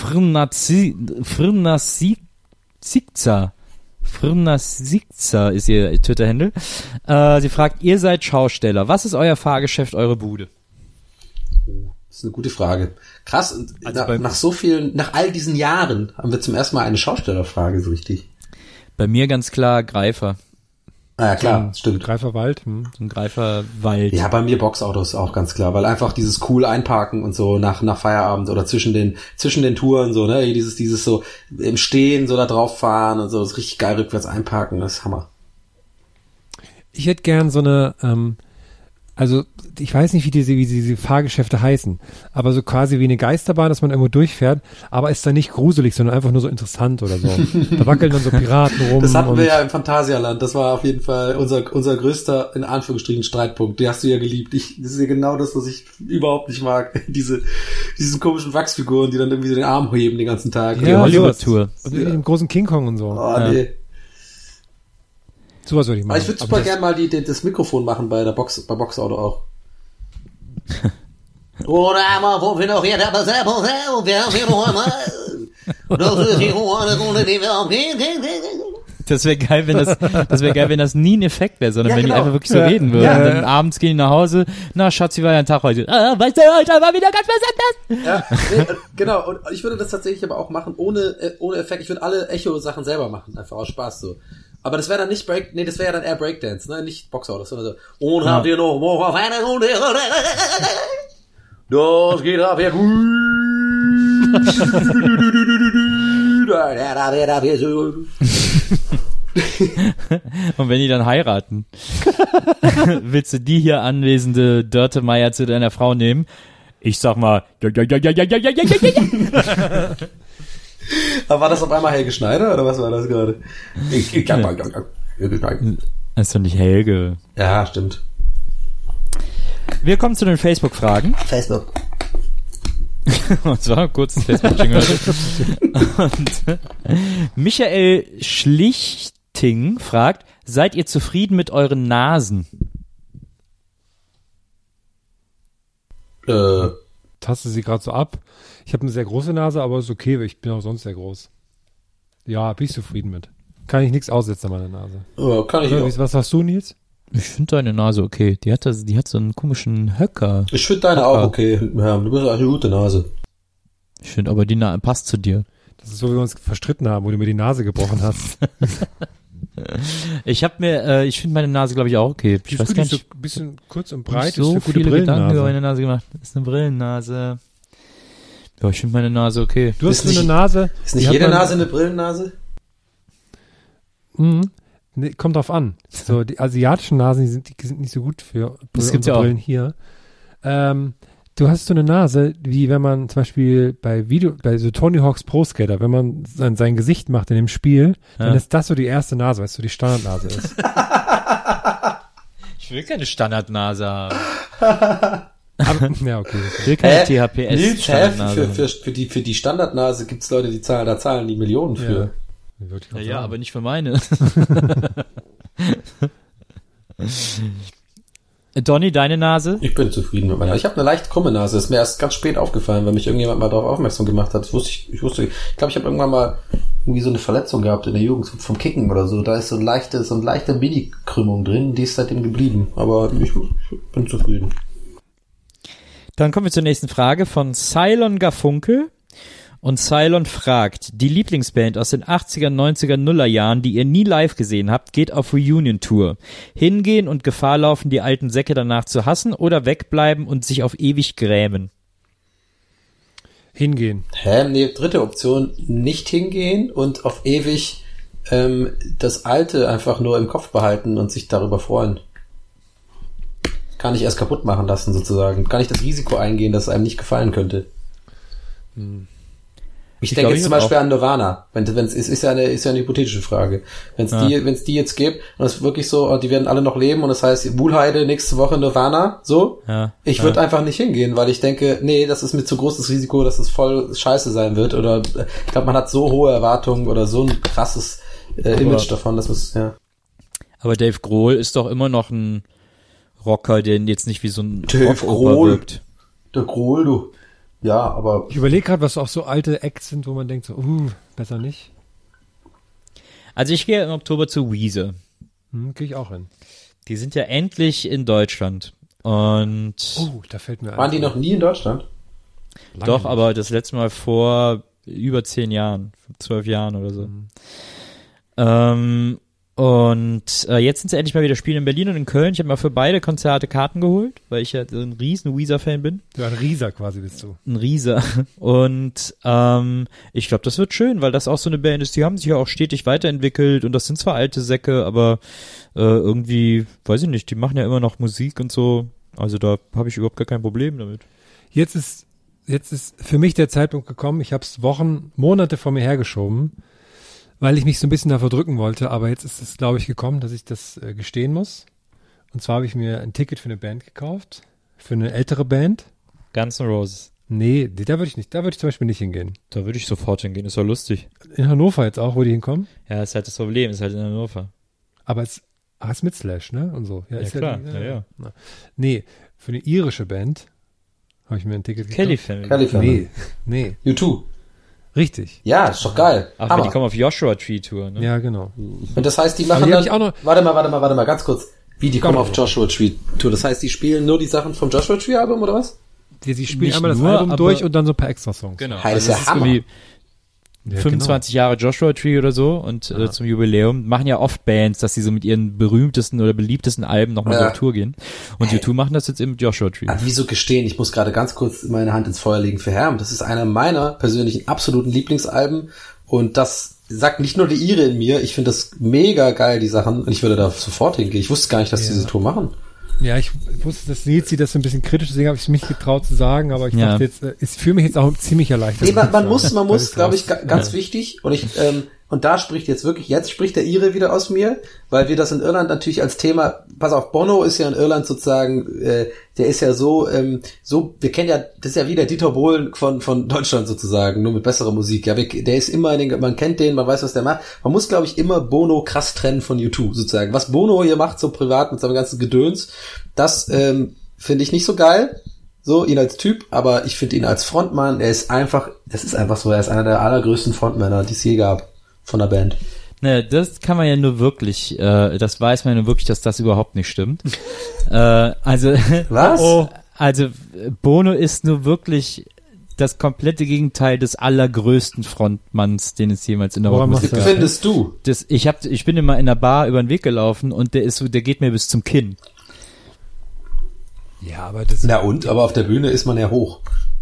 Frnazikza. Frnazikza ist ihr Twitter-Handle. Äh, sie fragt, ihr seid Schausteller. Was ist euer Fahrgeschäft, eure Bude? Das ist eine gute Frage. Krass, und Also nach, nach so vielen, nach all diesen Jahren haben wir zum ersten Mal eine Schaustellerfrage so richtig. Bei mir ganz klar Greifer. Ah ja, klar, stimmt. Greiferwald. Hm. So ein Greiferwald. Ja, bei mir Boxautos auch ganz klar, weil einfach dieses cool einparken und so nach nach Feierabend oder zwischen den zwischen den Touren so, ne, dieses dieses so im Stehen so da drauf fahren und so, das ist richtig geil rückwärts einparken, das ist Hammer. Ich hätte gern so eine, ähm, also ich weiß nicht, wie diese, wie diese Fahrgeschäfte heißen, aber so quasi wie eine Geisterbahn, dass man irgendwo durchfährt, aber ist dann nicht gruselig, sondern einfach nur so interessant oder so. Da wackeln dann so Piraten rum. Das hatten und wir ja im Phantasialand, das war auf jeden Fall unser unser größter, in Anführungsstrichen, Streitpunkt. Die hast du ja geliebt. Ich, das ist ja genau das, was ich überhaupt nicht mag. Diese diesen komischen Wachsfiguren, die dann irgendwie so den Arm heben den ganzen Tag. Ja, Hollywood-Tour. Und mit dem großen King Kong und so. Oh, Ja. nee. Sowas würde ich machen. Aber ich würde super gerne mal die, die, das Mikrofon machen bei der Box, bei Boxauto auch. Das wäre geil, wenn das, das wäre geil, wenn das nie ein Effekt wäre, sondern Ja, wenn genau. die einfach wirklich so Ja. reden würden. Ja. Und dann abends gehen die nach Hause, na Schatz, wie war dein Tag heute? Ah, weißt du, heute war wieder ganz besonders. Ja, nee, äh, genau. Und ich würde das tatsächlich aber auch machen ohne äh, ohne Effekt. Ich würde alle Echo-Sachen selber machen, einfach aus Spaß so. Aber das wäre dann nicht Break, nee, das wäre ja dann eher Breakdance, ne, nicht Boxautos, sondern so. Und Ja. habt ihr noch Woche auf eine Runde? Das geht ab, ja gut. Und wenn die dann heiraten, willst du die hier anwesende Dörte-Meier zu deiner Frau nehmen? Ich sag mal, ja, ja, ja, ja, ja, ja, ja, ja, ja, ja. Aber war das auf einmal Helge Schneider oder was war das gerade? Ich, ich, ja, ja, Helge Schneider. Das ist doch nicht Helge. Ja, stimmt. Wir kommen zu den Facebook-Fragen. Facebook. Und zwar kurz ein Facebook-Jingle. Und äh, Michael Schlichting fragt, seid ihr zufrieden mit euren Nasen? Äh, Taste sie gerade so ab. Ich habe eine sehr große Nase, aber ist okay, weil ich bin auch sonst sehr groß. Ja, bin ich zufrieden mit. Kann ich nichts aussetzen an meiner Nase. oh, kann ich Oder, auch. wie- was hast du, Nils? Ich finde deine Nase okay. Die hat, das, die hat so einen komischen Höcker. Ich finde deine auch okay. Ja, du bist eine gute Nase. Ich finde aber die Na passt zu dir. Das ist so, wie wir uns verstritten haben, wo du mir die Nase gebrochen hast. Ich habe mir, äh, ich finde meine Nase, glaube ich, auch okay. Ich Die weiß ist gar gut, die nicht, ist so ein bisschen kurz und breit breit, so ist eine gute viele Gedanken über meine Brillennase. Nase gemacht. Das ist eine Brillennase. Ja, ich finde meine Nase okay. Du hast Ist so eine nicht- Nase. Ist die nicht hat jede man- Nase eine Brillennase? Mhm. Nee, kommt drauf an. So, die asiatischen Nasen, die sind, die sind nicht so gut für Das für gibt's ja unsere auch. Brillen hier. Ähm, du hast so eine Nase, wie wenn man zum Beispiel bei Video, bei so Tony Hawk's Pro Skater, wenn man sein, sein Gesicht macht in dem Spiel, Ja. dann ist das so die erste Nase, weißt du, die Standardnase ist. Ich will keine Standardnase haben. Aber Ja, okay. Ich will keine Hä? T H P S Nils, hä? Standardnase. Für, für, für, die, für die Standardnase gibt's Leute, die zahlen, da zahlen die Millionen für. Ja, Würde ich Ja, auch ja, sagen. aber nicht für meine. Donny, deine Nase? Ich bin zufrieden mit meiner. Ich habe eine leicht krumme Nase. Ist mir erst ganz spät aufgefallen, weil mich irgendjemand mal darauf aufmerksam gemacht hat. Das wusste ich, ich wusste, ich glaube, ich habe irgendwann mal irgendwie so eine Verletzung gehabt in der Jugend vom Kicken oder so. Da ist so ein leichte, so eine leichte Mini-Krümmung drin, die ist seitdem geblieben. Aber ich, ich bin zufrieden. Dann kommen wir zur nächsten Frage von Cylon Garfunkel. Und Cylon fragt, die Lieblingsband aus den achtziger, neunziger, Nuller Jahren, die ihr nie live gesehen habt, geht auf Reunion-Tour. Hingehen und Gefahr laufen, die alten Säcke danach zu hassen oder wegbleiben und sich auf ewig grämen? Hingehen. Hä? Nee, dritte Option, nicht hingehen und auf ewig ähm, das Alte einfach nur im Kopf behalten und sich darüber freuen. Kann ich erst kaputt machen lassen, sozusagen. Kann ich das Risiko eingehen, dass es einem nicht gefallen könnte. Hm. Ich, Ich denke glaub, jetzt ich zum hab Beispiel auch- an Nirvana. Wenn es ist, ist ja eine ist ja eine hypothetische Frage. Wenn es Ja. die wenn es die jetzt gibt und es ist wirklich so, oh, die werden alle noch leben und das heißt Wuhlheide nächste Woche Nirvana, so. Ja, Ich ja. würde einfach nicht hingehen, weil ich denke, nee, das ist mir zu großes Risiko, dass es voll scheiße sein wird oder äh, ich glaube, man hat so hohe Erwartungen oder so ein krasses äh, Image davon, dass es ja. Aber Dave Grohl ist doch immer noch ein Rocker, der jetzt nicht wie so ein Dave Rockoper Grohl. wirkt. Der Grohl, du. Ja, aber Ich überlege gerade, was auch so alte Acts sind, wo man denkt so, uh, besser nicht. Also ich gehe im Oktober zu Weezer. Hm, krieg ich auch hin. Die sind ja endlich in Deutschland. Und Oh, da fällt mir waren die noch nie in Deutschland? Lange doch, nicht. aber das letzte Mal vor über zehn Jahren, zwölf Jahren oder so. Mhm. Ähm, und äh, jetzt sind sie endlich mal wieder spielen in Berlin und in Köln. Ich habe mal für beide Konzerte Karten geholt, weil ich ja so ein riesen Weezer-Fan bin. Du ein Rieser quasi bist du. Ein Rieser. Und ähm, ich glaube, das wird schön, weil das auch so eine Band ist, die haben sich ja auch stetig weiterentwickelt und das sind zwar alte Säcke, aber äh, irgendwie, weiß ich nicht, die machen ja immer noch Musik und so. Also da habe ich überhaupt gar kein Problem damit. Jetzt ist, jetzt ist für mich der Zeitpunkt gekommen, ich habe es Wochen, Monate vor mir hergeschoben, weil ich mich so ein bisschen davor drücken wollte, aber jetzt ist es, glaube ich, gekommen, dass ich das äh, gestehen muss. Und zwar habe ich mir ein Ticket für eine Band gekauft, für eine ältere Band. Guns N' Roses. Nee, die, da würde ich nicht, da würde ich zum Beispiel nicht hingehen. Da würde ich sofort hingehen, ist doch lustig. In Hannover jetzt auch, wo die hinkommen. Ja, ist halt das Problem, ist halt in Hannover. Aber es, ah, ist mit Slash, ne? Und so. Ja, ist klar, die- ja, ja. Na. Nee, für eine irische Band habe ich mir ein Ticket Kelly gekauft. Family. Kelly Family. Nee, nee, U zwei. richtig. Ja, ist doch geil. Ach, Hammer. die kommen auf Joshua Tree Tour, ne? Ja, genau. Und das heißt, die machen die hab dann, ich auch noch- warte mal, warte mal, warte mal, ganz kurz. Wie, die kommen Komm. auf Joshua Tree Tour. Das heißt, die spielen nur die Sachen vom Joshua Tree Album, oder was? Die, die spielen Nicht einmal das nur, Album aber- durch und dann so ein paar Extra-Songs. Genau. Hey, das ist Also ja es Hammer. irgendwie Ja, fünfundzwanzig Jahre Joshua Tree oder so und äh, Ja. zum Jubiläum machen ja oft Bands, dass sie so mit ihren berühmtesten oder beliebtesten Alben nochmal Ja. so auf Tour gehen. Und U zwei machen das jetzt eben mit Joshua Tree. Aber wieso gestehen? Ich muss gerade ganz kurz meine Hand ins Feuer legen für Herm. Das ist einer meiner persönlichen absoluten Lieblingsalben und das sagt nicht nur die Ire in mir. Ich finde das mega geil, die Sachen. Und ich würde da sofort hingehen. Ich wusste gar nicht, dass Ja. die diese Tour machen. Ja, ich wusste, dass Nils sieht das so ein bisschen kritisch, deswegen habe ich es mich getraut zu sagen, aber ich Ja. dachte jetzt, äh, ich fühle mich jetzt auch ziemlich erleichtert. Nee, man, man muss ich muss, man sagen. muss, Weil glaube ich, es ga, raus- ganz ja. wichtig. Und ich, ähm, und da spricht jetzt wirklich, jetzt spricht der Ire wieder aus mir, weil wir das in Irland natürlich als Thema, pass auf, Bono ist ja in Irland sozusagen, äh, der ist ja so, ähm, so, wir kennen ja, das ist ja wie der Dieter Bohlen von, von Deutschland sozusagen, nur mit besserer Musik. Ja, wir, der ist immer in den, man kennt den, man weiß, was der macht. Man muss, glaube ich, immer Bono krass trennen von U zwei sozusagen. Was Bono hier macht, so privat mit seinem ganzen Gedöns, das, ähm, finde ich nicht so geil. So, ihn als Typ, aber ich finde ihn als Frontmann, er ist einfach, das ist einfach so, er ist einer der allergrößten Frontmänner, die es je gab von der Band. Ne, das kann man ja nur wirklich, äh, das weiß man ja nur wirklich, dass das überhaupt nicht stimmt. äh, also, Was? Oh, also Bono ist nur wirklich das komplette Gegenteil des allergrößten Frontmanns, den es jemals in der Woran Rockmusik machst gab. du Findest du? Das, ich hab, ich bin immer in der Bar über den Weg gelaufen und der ist so, der geht mir bis zum Kinn. Ja, aber das Na und? Aber auf der Bühne ist man ja hoch.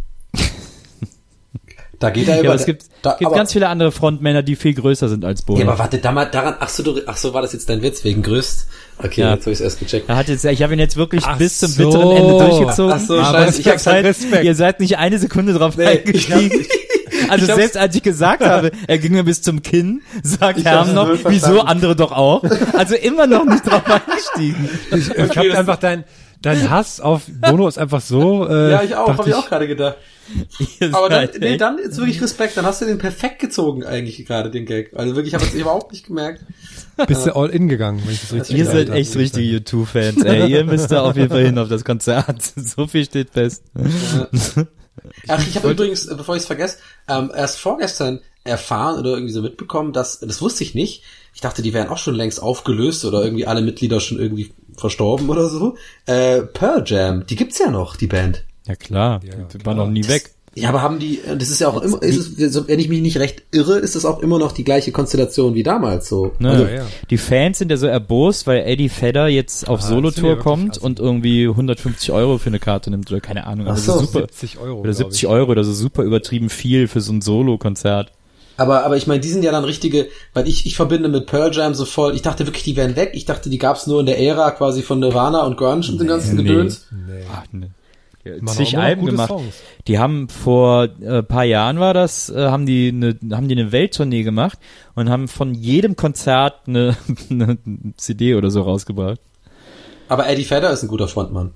Da geht er Ja, über... aber es gibt, da, gibt aber, ganz viele andere Frontmänner, die viel größer sind als Bono. ja, aber warte, da mal daran, ach so, du, ach so, war das jetzt dein Witz wegen Größt? Okay, Ja. jetzt habe ich es erst gecheckt. Er hat jetzt, ich habe ihn jetzt wirklich Ach bis zum so. bitteren Ende durchgezogen. Ach so, aber scheiße, ich ihr hab's seid, Respekt. ihr seid nicht eine Sekunde drauf Nee, ich eingestiegen. Also ich hab's- selbst als ich gesagt habe, er ging mir bis zum Kinn, sagt Ich hab's Herm noch, null wieso verstanden. andere doch auch. Also immer noch nicht drauf eingestiegen. ich, ich habe einfach dein, Dein Hass auf Bono ist einfach so. Äh, ja, ich auch, dachte habe ich auch gerade gedacht. Aber dann, nee, dann ist wirklich Respekt, dann hast du den perfekt gezogen eigentlich gerade, den Gag. Also wirklich, ich habe es überhaupt nicht gemerkt. Bist du all in gegangen, wenn ich das richtig Ihr seid habe. echt richtige U zwei Fans, ey. Ihr müsst da auf jeden Fall hin auf das Konzert. So viel steht fest. Ja. Ach, ich habe übrigens, bevor ich es vergesse, ähm, erst vorgestern erfahren oder irgendwie so mitbekommen, dass, das wusste ich nicht, ich dachte, die wären auch schon längst aufgelöst oder irgendwie alle Mitglieder schon irgendwie verstorben oder so. Äh, Pearl Jam, die gibt's ja noch, die Band. Ja klar, Ja, die klar. waren noch nie weg. Ja, aber haben die, das ist ja auch immer, ist es, wenn ich mich nicht recht irre, ist das auch immer noch die gleiche Konstellation wie damals so. Ne? Also, ja. Die Fans sind ja so erbost, weil Eddie Vedder jetzt auf Ah, Solotour das sind ja wirklich kommt Assi. und irgendwie hundertfünfzig Euro für eine Karte nimmt oder keine Ahnung. Ach Aber so, das ist super, siebzig Euro. oder siebzig Euro oder so super übertrieben viel für so ein Solo-Konzert. aber, aber ich meine, die sind ja dann richtige, weil ich, ich verbinde mit Pearl Jam so voll, ich dachte wirklich, die wären weg, ich dachte, die gab's nur in der Ära quasi von Nirvana und Grunge und den ganzen nee. Gedöns. Nee. Ach, ne. Man Zig auch immer noch Alben gute gemacht. Songs. Die haben vor äh, paar Jahren war das, äh, haben die eine haben die eine Welttournee gemacht und haben von jedem Konzert eine, eine C D oder so rausgebracht. Aber Eddie Vedder ist ein guter Frontmann.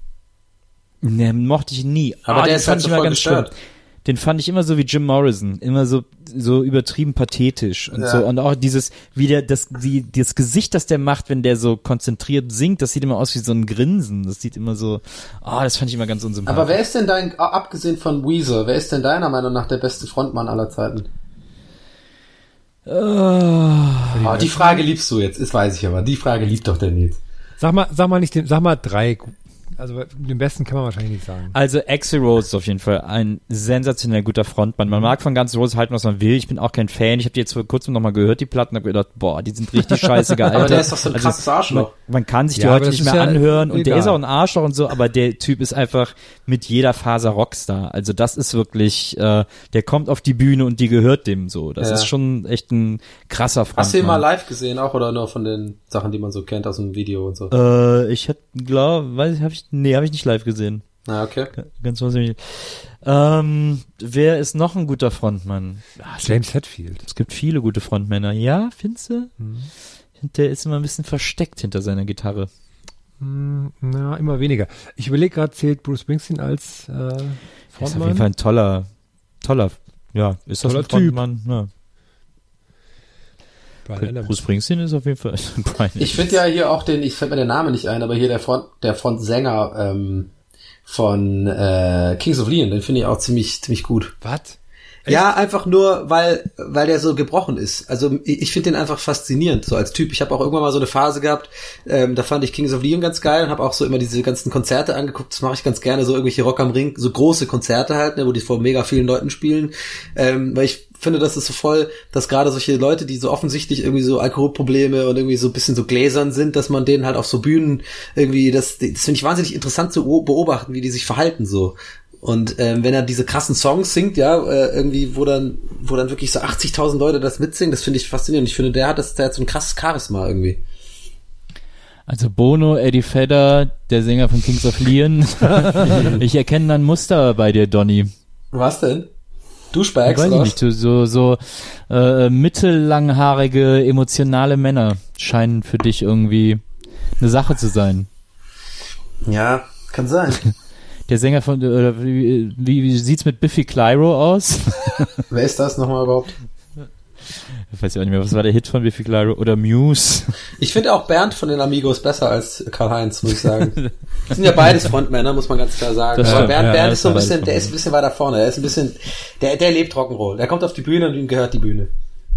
Ne, mochte ich nie. Aber Ah, der den ist fand halt ich so immer voll ganz schlimm. gestört. Den fand ich immer so wie Jim Morrison, immer so so übertrieben pathetisch und Ja. so und auch dieses wie der das die das Gesicht, das der macht, wenn der so konzentriert singt, das sieht immer aus wie so ein Grinsen. Das sieht immer so, ah, das fand ich immer ganz unsympathisch. Aber wer ist denn dein, abgesehen von Weezer, wer ist denn deiner Meinung nach der beste Frontmann aller Zeiten? Oh. Oh, die Frage liebst du jetzt, das weiß ich aber. Die Frage liebt doch der Nils. Sag mal, sag mal nicht den, sag mal drei. Also den besten kann man wahrscheinlich nicht sagen. Also Axl Rose ist auf jeden Fall ein sensationell guter Frontmann. Man mag von Guns N' Roses halten, was man will. Ich bin auch kein Fan. Ich habe die jetzt vor kurzem nochmal gehört, die Platten, habe gedacht, boah, die sind richtig scheiße gealtert. Aber der ist doch so ein Also, krasses Arschloch. Man, man kann sich die Ja, aber heute das nicht ist mehr ja anhören und der egal. ist auch ein Arschloch und so, aber der Typ ist einfach mit jeder Faser Rockstar. Also das ist wirklich, äh, der kommt auf die Bühne und die gehört dem so. Das Ja. ist schon echt ein krasser Frontmann. Hast du ihn mal live gesehen auch oder nur von den Sachen, die man so kennt aus dem Video und so? Äh, ich hätte, glaub, weiß ich, habe ich, nee, habe ich nicht live gesehen. Na, okay. Ganz wahrscheinlich. Ähm, wer ist noch ein guter Frontmann? Ah, es, James Hetfield. es gibt viele gute Frontmänner. Ja, findest du? Mhm. Ich find, der ist immer ein bisschen versteckt hinter seiner Gitarre. Hm, na, immer weniger. Ich überlege gerade, zählt Bruce Springsteen als äh, Er ist auf jeden Frontmann? Fall ein toller, toller, ja, ist das Toller ein Frontmann? Ja. Brian Adams. Bruce Springsteen ist auf jeden Fall Brian Ich finde ja hier auch den, ich fällt mir der Name nicht ein, aber hier der Front, der Frontsänger ähm, von äh, Kings of Leon, den finde ich auch ziemlich, ziemlich gut. Was? Ja, einfach nur, weil weil der so gebrochen ist. Also ich, ich finde den einfach faszinierend, so als Typ. Ich habe auch irgendwann mal so eine Phase gehabt, ähm, da fand ich Kings of Leon ganz geil und habe auch so immer diese ganzen Konzerte angeguckt. Das mache ich ganz gerne, so irgendwelche Rock am Ring, so große Konzerte halt, ne, wo die vor mega vielen Leuten spielen. Ähm, weil ich finde, das ist so voll, dass gerade solche Leute, die so offensichtlich irgendwie so Alkoholprobleme und irgendwie so ein bisschen so gläsern sind, dass man denen halt auf so Bühnen irgendwie, das, das finde ich wahnsinnig interessant zu beobachten, wie die sich verhalten so. Und ähm, wenn er diese krassen Songs singt, ja, äh, irgendwie, wo dann, wo dann wirklich so achtzigtausend Leute das mitsingen, das finde ich faszinierend. Ich finde, der hat das, der hat so ein krasses Charisma irgendwie. Also Bono, Eddie Vedder, der Sänger von Kings of Leon. Ich erkenne dann Muster bei dir, Donny. Was denn? Duschbags, Weiß ich oder? nicht, so, so, so äh, mittellanghaarige, emotionale Männer scheinen für dich irgendwie eine Sache zu sein. Ja, kann sein. Der Sänger von, oder wie, wie, wie sieht's mit Biffy Clyro aus? Wer ist das nochmal überhaupt? Ich weiß ja auch nicht mehr, was war der Hit von Biffy Clyro? Oder Muse? Ich finde auch Bernd von den Amigos besser als Karl-Heinz, muss ich sagen. Das sind ja beides Frontmänner, muss man ganz klar sagen. Das Aber stimmt, Bernd, ja, Bernd das ist so ein ist bisschen, beides der ist ein bisschen weiter vorne. Der ist ein bisschen, der, der lebt Rock'n'Roll. Der kommt auf die Bühne und ihm gehört die Bühne.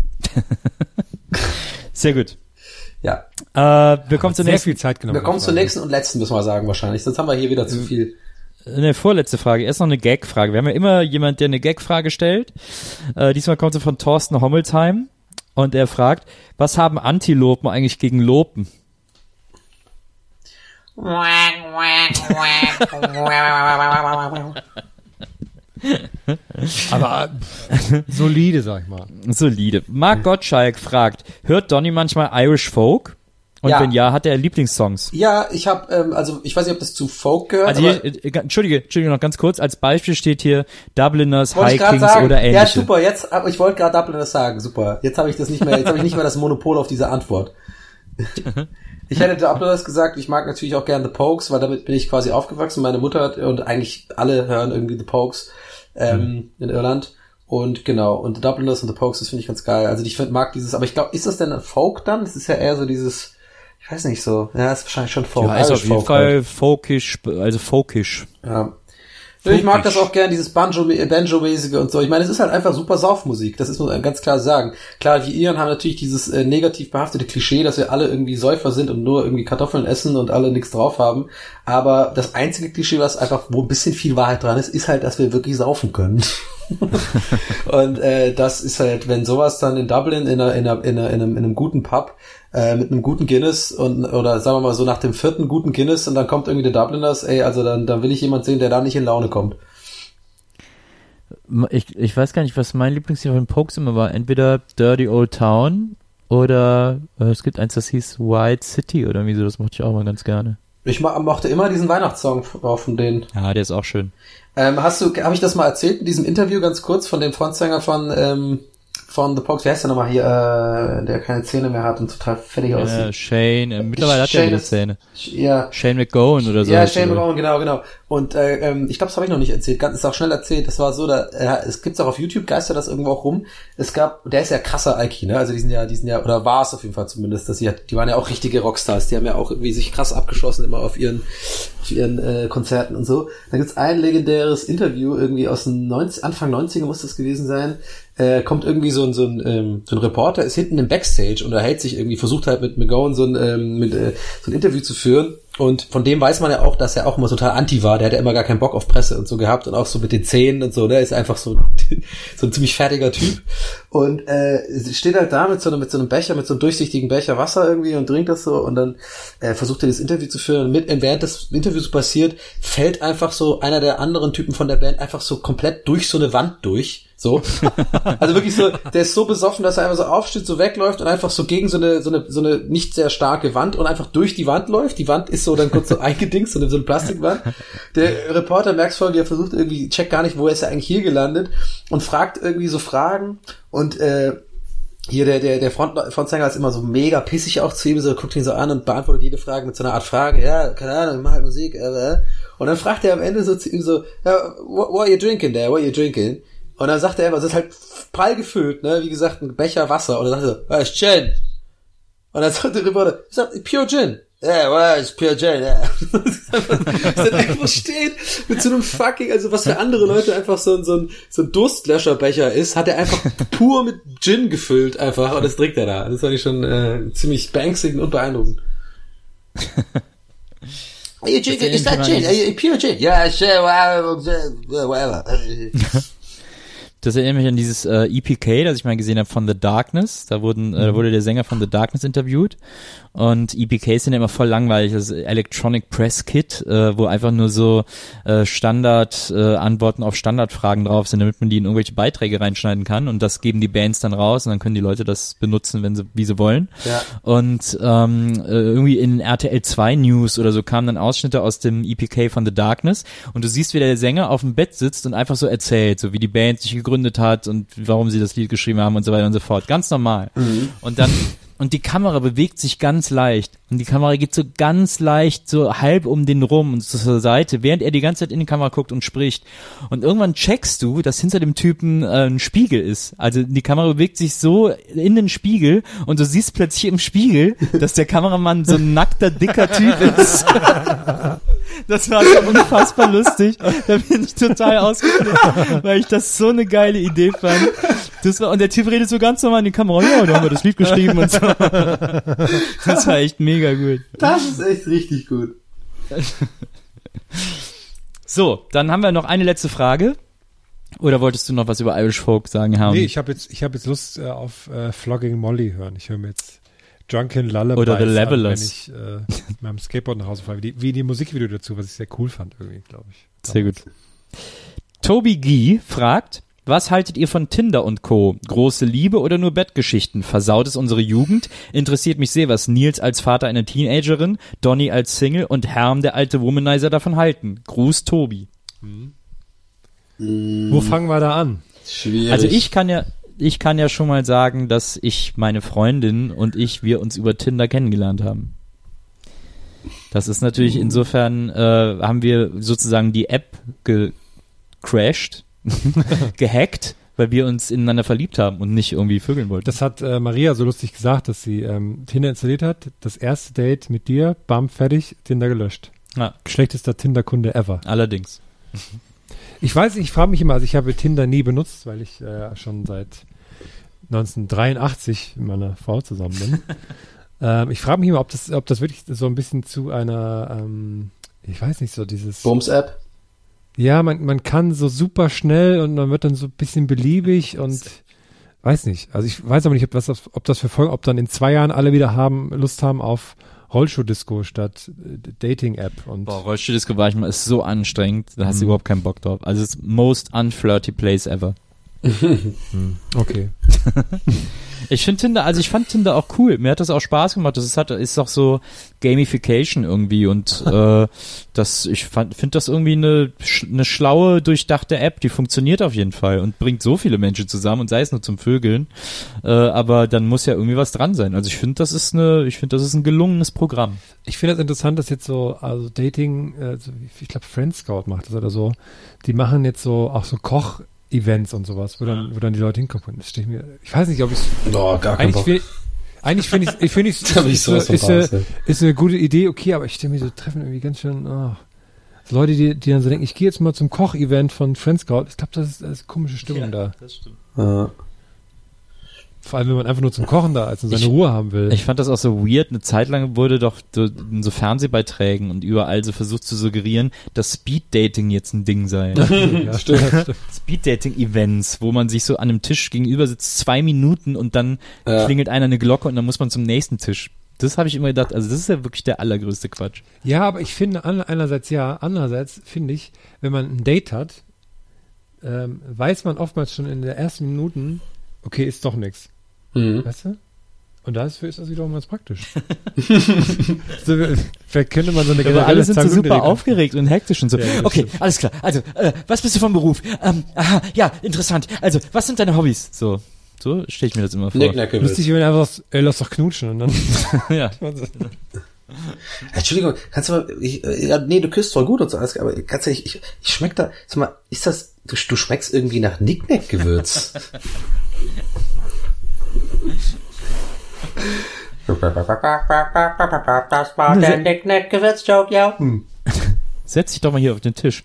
Sehr gut. Ja. Äh, wir kommen zur Sehr nächsten, viel Zeit genommen. Wir kommen zur nächsten und letzten, müssen wir sagen, wahrscheinlich. Sonst haben wir hier wieder zu viel. eine vorletzte Frage. Erst noch eine Gag-Frage. Wir haben ja immer jemand, der eine Gag-Frage stellt. Äh, diesmal kommt sie von Thorsten Hommelsheim. Und er fragt, was haben Antilopen eigentlich gegen Lopen? Aber pff, solide, sag ich mal. Solide. Marc Gottschalk fragt, hört Donny manchmal Irish Folk? Und Ja. wenn ja, hat er Lieblingssongs? Ja, ich habe, ähm, also ich weiß nicht, ob das zu Folk gehört. Also hier, äh, äh, Entschuldige, Entschuldige noch ganz kurz, als Beispiel steht hier Dubliners, wollte ich High gerade Kings sagen. oder ähnliche. Ja, super, jetzt, aber ich wollte gerade Dubliners sagen, super. Jetzt habe ich das nicht mehr, jetzt habe ich nicht mehr das Monopol auf diese Antwort. Ich hätte Dubliners gesagt, ich mag natürlich auch gerne The Pogues, weil damit bin ich quasi aufgewachsen. Meine Mutter hat, und eigentlich alle hören irgendwie The Pogues ähm, mhm. in Irland. Und genau, und The Dubliners und The Pogues, das finde ich ganz geil. Also ich find, mag dieses, aber ich glaube, ist das denn ein Folk dann? Das ist ja eher so dieses, ich weiß nicht so, ja, ist wahrscheinlich schon Folk. Ja, ist auf jeden Folk Fall halt. folkisch, also folkisch. Ja. Ich mag das auch gern, dieses Banjo, Banjo-mäßige und so. Ich meine, es ist halt einfach super Saufmusik. Das ist, muss man ganz klar sagen. Klar, wir Iren haben natürlich dieses äh, negativ behaftete Klischee, dass wir alle irgendwie Säufer sind und nur irgendwie Kartoffeln essen und alle nichts drauf haben. Aber das einzige Klischee, was einfach, wo ein bisschen viel Wahrheit dran ist, ist halt, dass wir wirklich saufen können. Und äh, das ist halt, wenn sowas dann in Dublin in, einer, in, einer, in, einer, in, einem, in einem guten Pub äh, mit einem guten Guinness und oder sagen wir mal so nach dem vierten guten Guinness und dann kommt irgendwie der Dubliners, ey, also dann, dann will ich jemand sehen, der da nicht in Laune kommt. Ich, ich weiß gar nicht, was mein Lieblingslied von den Pogues immer war. Entweder Dirty Old Town oder äh, es gibt eins, das hieß White City oder irgendwie so, das mochte ich auch mal ganz gerne. Ich mochte immer diesen Weihnachtssong von denen. Ja, der ist auch schön. Ähm, hast du, habe ich das mal erzählt in diesem Interview ganz kurz von dem Frontsänger von ähm, von The Pogues? Wie heißt der nochmal hier, äh, der keine Zähne mehr hat und total fertig ja, aussieht? Shane, äh, mittlerweile hat er wieder Zähne. Ja. Shane McGowan oder so. Ja, Shane McGowan, genau, genau. Und äh, ähm, ich glaube, das habe ich noch nicht erzählt. Ganz, ist auch schnell erzählt. Das war so, da äh, es gibt's auch auf YouTube, geistert das irgendwo auch rum. Es gab, der ist ja krasser Alki, ne? Also die sind ja, die sind ja, oder war es auf jeden Fall zumindest, dass sie, die waren ja auch richtige Rockstars. Die haben ja auch irgendwie sich krass abgeschossen immer auf ihren, auf ihren äh, Konzerten und so. Da gibt's ein legendäres Interview irgendwie aus den neunzig, Anfang neunziger muss das gewesen sein. Äh, kommt irgendwie so ein so ein ähm, so ein Reporter, ist hinten im Backstage und erhält sich irgendwie, versucht halt mit McGowan so ein ähm, mit äh, so ein Interview zu führen. Und von dem weiß man ja auch, dass er auch immer total anti war. Der hat ja immer gar keinen Bock auf Presse und so gehabt und auch so mit den Zähnen und so. Der ist einfach so so ein ziemlich fertiger Typ. Und äh, steht halt da mit so einem mit so einem Becher, mit so einem durchsichtigen Becher Wasser irgendwie und trinkt das so und dann äh, versucht er das Interview zu führen. Und mit, während das Interview so passiert, fällt einfach so einer der anderen Typen von der Band einfach so komplett durch so eine Wand durch. So. Also wirklich so, der ist so besoffen, dass er einfach so aufsteht, so wegläuft und einfach so gegen so eine, so eine, so eine nicht sehr starke Wand und einfach durch die Wand läuft. Die Wand ist so dann kurz so eingedingst, so eine, so eine Plastikwand. Der Reporter merkt voll, wie er versucht irgendwie, checkt gar nicht, wo ist er eigentlich hier gelandet und fragt irgendwie so Fragen und, äh, hier der, der, der Front, Frontsänger ist immer so mega pissig auch zu ihm, so guckt ihn so an und beantwortet jede Frage mit so einer Art Frage, ja, keine Ahnung, ich mach halt Musik, äh, und dann fragt er am Ende so zu ihm so, ja, what, what are you drinking there, what are you drinking? Und dann sagt er einfach, es ist halt prall gefüllt, ne, wie gesagt, ein Becher Wasser. Und dann sagt er so, ja, ist Gin. Und dann sagt der Reporter, ist das pure Gin? Ja, yeah, well, it's pure Gin, ja. Yeah. Ist dann einfach steht mit so einem fucking, also was für andere Leute einfach so ein, so ein, so ein Durstlöscherbecher ist, hat er einfach pur mit Gin gefüllt einfach und das trinkt er da. Das fand ich schon äh, ziemlich beängstigend und beeindruckend. Are you drinking, is that Gin? Are you pure Gin? Yeah, sure, whatever. Das erinnert mich an dieses äh, E P K, das ich mal gesehen habe von The Darkness. Da wurden, äh, wurde der Sänger von The Darkness interviewt. Und E P Ks sind ja immer voll langweilig. Das Electronic Press Kit, äh, wo einfach nur so äh, Standard äh, Antworten auf Standardfragen drauf sind, damit man die in irgendwelche Beiträge reinschneiden kann. Und das geben die Bands dann raus und dann können die Leute das benutzen, wenn sie, wie sie wollen. Ja. Und ähm, äh, irgendwie in R T L zwei News oder so kamen dann Ausschnitte aus dem E P K von The Darkness. Und du siehst, wie der Sänger auf dem Bett sitzt und einfach so erzählt, so wie die Band sich gegründet hat und warum sie das Lied geschrieben haben und so weiter und so fort. Ganz normal. Mhm. Und dann Und die Kamera bewegt sich ganz leicht. Und die Kamera geht so ganz leicht so halb um den rum und zur Seite, während er die ganze Zeit in die Kamera guckt und spricht. Und irgendwann checkst du, dass hinter dem Typen äh, ein Spiegel ist. Also die Kamera bewegt sich so in den Spiegel und du siehst plötzlich im Spiegel, dass der Kameramann so ein nackter, dicker Typ ist. Das war so unfassbar lustig. Da bin ich total ausgeflippt, weil ich das so eine geile Idee fand. Das war, und der Typ redet so ganz normal in die Kamera, ja, da haben wir das Lied geschrieben und so. Das war echt mega gut. Das ist echt richtig gut. So, dann haben wir noch eine letzte Frage. Oder wolltest du noch was über Irish Folk sagen, Herr? Nee, ich habe jetzt, ich habe jetzt Lust äh, auf äh, Flogging Molly hören. Ich höre mir jetzt Drunken Lullabies oder The an, Levelers, wenn ich äh, mit meinem Skateboard nach Hause fahre. Wie die, wie die Musikvideo dazu, was ich sehr cool fand irgendwie, glaube ich. Sehr gut. Toby Guy fragt, was haltet ihr von Tinder und Co.? Große Liebe oder nur Bettgeschichten? Versaut es unsere Jugend? Interessiert mich sehr, was Nils als Vater einer Teenagerin, Donny als Single und Herm, der alte Womanizer, davon halten. Gruß, Tobi. Mhm. Mhm. Wo fangen wir da an? Schwierig. Also ich kann ja, ich kann ja schon mal sagen, dass ich, meine Freundin und ich, wir uns über Tinder kennengelernt haben. Das ist natürlich insofern, äh, haben wir sozusagen die App gecrashed, gehackt, weil wir uns ineinander verliebt haben und nicht irgendwie vögeln wollten. Das hat äh, Maria so lustig gesagt, dass sie ähm, Tinder installiert hat. Das erste Date mit dir, bam, fertig, Tinder gelöscht. Ja. Schlechtester Tinder-Kunde ever. Allerdings. Ich weiß, ich frage mich immer, also ich habe Tinder nie benutzt, weil ich äh, schon seit neunzehnhundertdreiundachtzig mit meiner Frau zusammen bin. ähm, ich frage mich immer, ob das, ob das wirklich so ein bisschen zu einer, ähm, ich weiß nicht, so dieses... Bums-App? Ja, man, man kann so super schnell und man wird dann so ein bisschen beliebig und weiß nicht. Also ich weiß aber nicht, ob das, ob das für Folgen, ob dann in zwei Jahren alle wieder haben, Lust haben auf Rollschuh-Disco statt äh, Dating-App. Und Boah, Rollstuhl-Disco war ich mal, ist so anstrengend, da hast du mhm. überhaupt keinen Bock drauf. Also es ist most unflirty place ever. Okay. Ich finde Tinder, also ich fand Tinder auch cool. Mir hat das auch Spaß gemacht. Das ist halt, ist auch so Gamification irgendwie und äh, das, ich finde das irgendwie eine, eine schlaue, durchdachte App, die funktioniert auf jeden Fall und bringt so viele Menschen zusammen und sei es nur zum Vögeln. Äh, aber dann muss ja irgendwie was dran sein. Also ich finde, das ist eine, ich finde, das ist ein gelungenes Programm. Ich finde das interessant, dass jetzt so, also Dating, äh, so, ich glaube Friendscout macht das oder so. Die machen jetzt so auch so Koch Events und sowas, wo dann, wo dann die Leute hinkommen. Das stehe ich mir, ich weiß nicht, ob ich oh, gar kein eigentlich Bock. Will, eigentlich finde ich, ich finde ich, ist, ist, ist, ist, eine, ist eine gute Idee, okay, aber ich stelle mir so Treffen irgendwie ganz schön, oh. So Leute, die, die dann so denken, ich gehe jetzt mal zum Koch-Event von Friendscout. Ich glaube, das ist, das ist komische Stimmung ja, da. Das stimmt. Ja. Vor allem, wenn man einfach nur zum Kochen da ist und seine ich, Ruhe haben will. Ich fand das auch so weird. Eine Zeit lang wurde doch in so Fernsehbeiträgen und überall so versucht zu suggerieren, dass Speed-Dating jetzt ein Ding sei. Ja, stimmt. Speed-Dating-Events, wo man sich so an einem Tisch gegenüber sitzt, zwei Minuten und dann ja. klingelt einer eine Glocke und dann muss man zum nächsten Tisch. Das habe ich immer gedacht, also das ist ja wirklich der allergrößte Quatsch. Ja, aber ich finde einerseits ja, andererseits finde ich, wenn man ein Date hat, ähm, weiß man oftmals schon in den ersten Minuten, okay, ist doch nichts. Mhm. Weißt du? Und dafür ist das wiederum ganz praktisch. So, vielleicht könnte man so eine Aber alle sind so super Regeln. Aufgeregt und hektisch und so. Ja, okay, stimmt. alles klar. Also, äh, was bist du vom Beruf? Ähm, aha, ja, interessant. Also, was sind deine Hobbys? So, so stelle ich mir das immer vor. Lustig, wenn du einfach sagst, ey, lass doch knutschen und dann. Ja. Entschuldigung, kannst du mal, ich, ja, nee, du küsst voll gut und so, alles, aber ganz ehrlich, ich, ich schmeck da, sag mal, ist das, du, du schmeckst irgendwie nach Nicknack-Gewürz. Das war der Nicknack-Gewürz-Joke, ja. Hm. Setz dich doch mal hier auf den Tisch.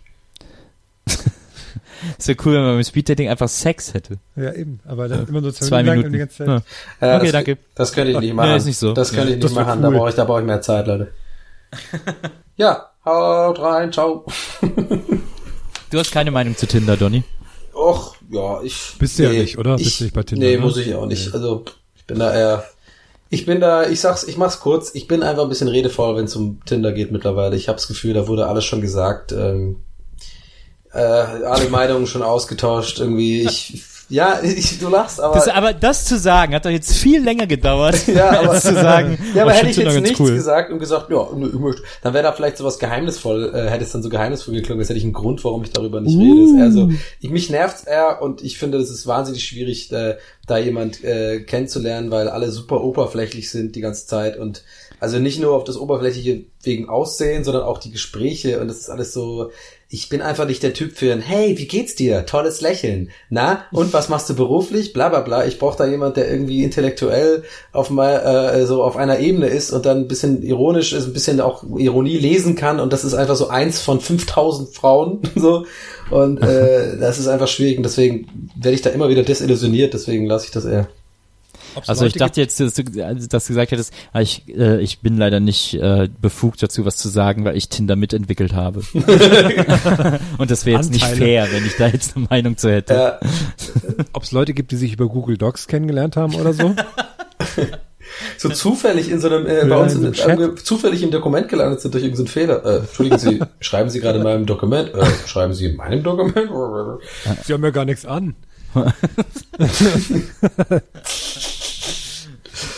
Ist ja cool, wenn man mit Speeddating einfach Sex hätte. Ja, eben. Aber dann ja. immer so zwei, zwei Minuten, Minuten die ganze Zeit. Ja. Ja, okay, das, danke. Das könnte ich nicht machen. Nee, ist nicht so. Das könnte ja. ich nicht machen. Cool. Da brauche ich, da brauche ich mehr Zeit, Leute. Ja, haut rein, ciao. Du hast keine Meinung zu Tinder, Donny? Och, ja, ich... Bist du nee, ja nicht, oder? Ich, Bist du nicht bei Tinder? Nee, ne? muss ich auch nicht. Also, ich bin da eher... Ich bin da, ich sag's, ich mach's kurz, ich bin einfach ein bisschen redevoll, wenn es um Tinder geht mittlerweile. Ich habe das Gefühl, da wurde alles schon gesagt, ähm, äh, alle Meinungen schon ausgetauscht, irgendwie. Ich, ja, ich, du lachst, aber... Das, aber das zu sagen, hat doch jetzt viel länger gedauert, ja, aber, als zu sagen... Ja, aber hätte ich jetzt nichts cool. gesagt und gesagt, ja, ich möchte, dann wäre da vielleicht sowas geheimnisvoll, äh, hätte es dann so geheimnisvoll geklungen, jetzt hätte ich einen Grund, warum ich darüber nicht uh. rede. Ist eher so, ich, mich nervt's eher und ich finde, es ist wahnsinnig schwierig, äh, da jemand äh, kennenzulernen, weil alle super oberflächlich sind die ganze Zeit und also nicht nur auf das Oberflächliche wegen Aussehen, sondern auch die Gespräche und das ist alles so, ich bin einfach nicht der Typ für ein hey, wie geht's dir? Tolles Lächeln. Na, und was machst du beruflich? Bla bla bla. Ich brauche da jemand, der irgendwie intellektuell auf mal äh, so auf einer Ebene ist und dann ein bisschen ironisch ist, ein bisschen auch Ironie lesen kann und das ist einfach so eins von fünftausend Frauen so und äh, das ist einfach schwierig und deswegen werde ich da immer wieder desillusioniert, deswegen lasse ich das eher. Ob's also ich dachte jetzt, dass du, dass du gesagt hättest, ich, äh, ich bin leider nicht äh, befugt dazu, was zu sagen, weil ich Tinder mitentwickelt habe. Und das wäre jetzt nicht fair, wenn ich da jetzt eine Meinung zu hätte. Ja. Ob es Leute gibt, die sich über Google Docs kennengelernt haben oder so? So zufällig in so einem, äh, bei uns in, äh, zufällig im Dokument gelandet sind durch irgendeinen Fehler. Äh, Entschuldigen Sie, schreiben Sie gerade in meinem Dokument? Äh, schreiben Sie in meinem Dokument? Sie haben ja gar nichts an.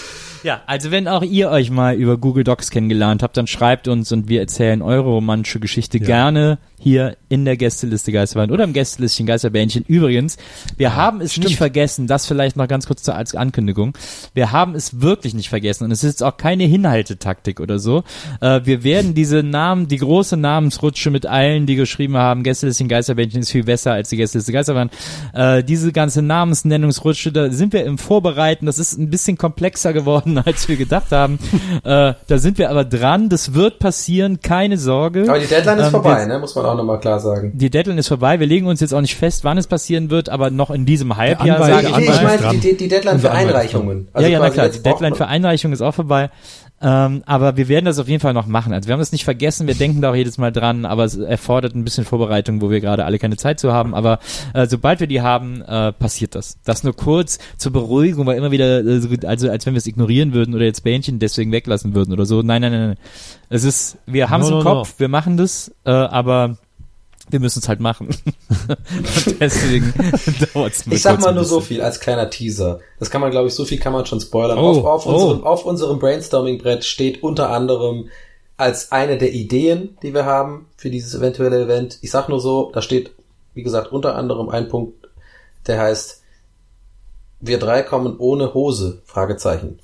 Ja, also wenn auch ihr euch mal über Google Docs kennengelernt habt, dann schreibt uns und wir erzählen eure romantische Geschichte ja. gerne hier in der Gästeliste Geisterbahn oder im Gästelistchen Geisterbähnchen. Übrigens, wir ja, haben es stimmt. nicht vergessen, das vielleicht noch ganz kurz als Ankündigung, wir haben es wirklich nicht vergessen und es ist auch keine Hinhaltetaktik oder so. Äh, wir werden diese Namen, die große Namensrutsche mit allen, die geschrieben haben, Gästelistchen Geisterbähnchen ist viel besser als die Gästeliste Geisterbahn, äh, diese ganze Namensnennungsrutsche, da sind wir im Vorbereiten, das ist ein bisschen komplexer geworden, als wir gedacht haben. äh, da sind wir aber dran, das wird passieren, keine Sorge. Aber die Deadline ist ähm, vorbei, wir, ne? Muss man auch nochmal klar sagen. Die Deadline ist vorbei, wir legen uns jetzt auch nicht fest, wann es passieren wird, aber noch in diesem Halbjahr, sage ich nee, mal. Ich meine die, die Deadline für Einreichungen. Also ja, ja, na klar, die Deadline für Einreichungen ist auch vorbei. Ähm, aber wir werden das auf jeden Fall noch machen. Also wir haben das nicht vergessen, wir denken da auch jedes Mal dran, aber es erfordert ein bisschen Vorbereitung, wo wir gerade alle keine Zeit zu haben. Aber äh, sobald wir die haben, äh, passiert das. Das nur kurz zur Beruhigung, weil immer wieder, äh, so, also als wenn wir es ignorieren würden oder jetzt Bähnchen deswegen weglassen würden oder so. Nein, nein, nein, nein. Es ist, wir haben es no, im no, Kopf, no. wir machen das, äh, aber wir müssen es halt machen. Und deswegen dauert es. Ich sag mal nur so viel als kleiner Teaser. Das kann man, glaube ich, so viel kann man schon spoilern. Oh, auf, auf, oh. unserem, auf unserem Brainstorming-Brett steht unter anderem als eine der Ideen, die wir haben für dieses eventuelle Event. Ich sag nur so, da steht, wie gesagt, unter anderem ein Punkt, der heißt, wir drei kommen ohne Hose, Fragezeichen.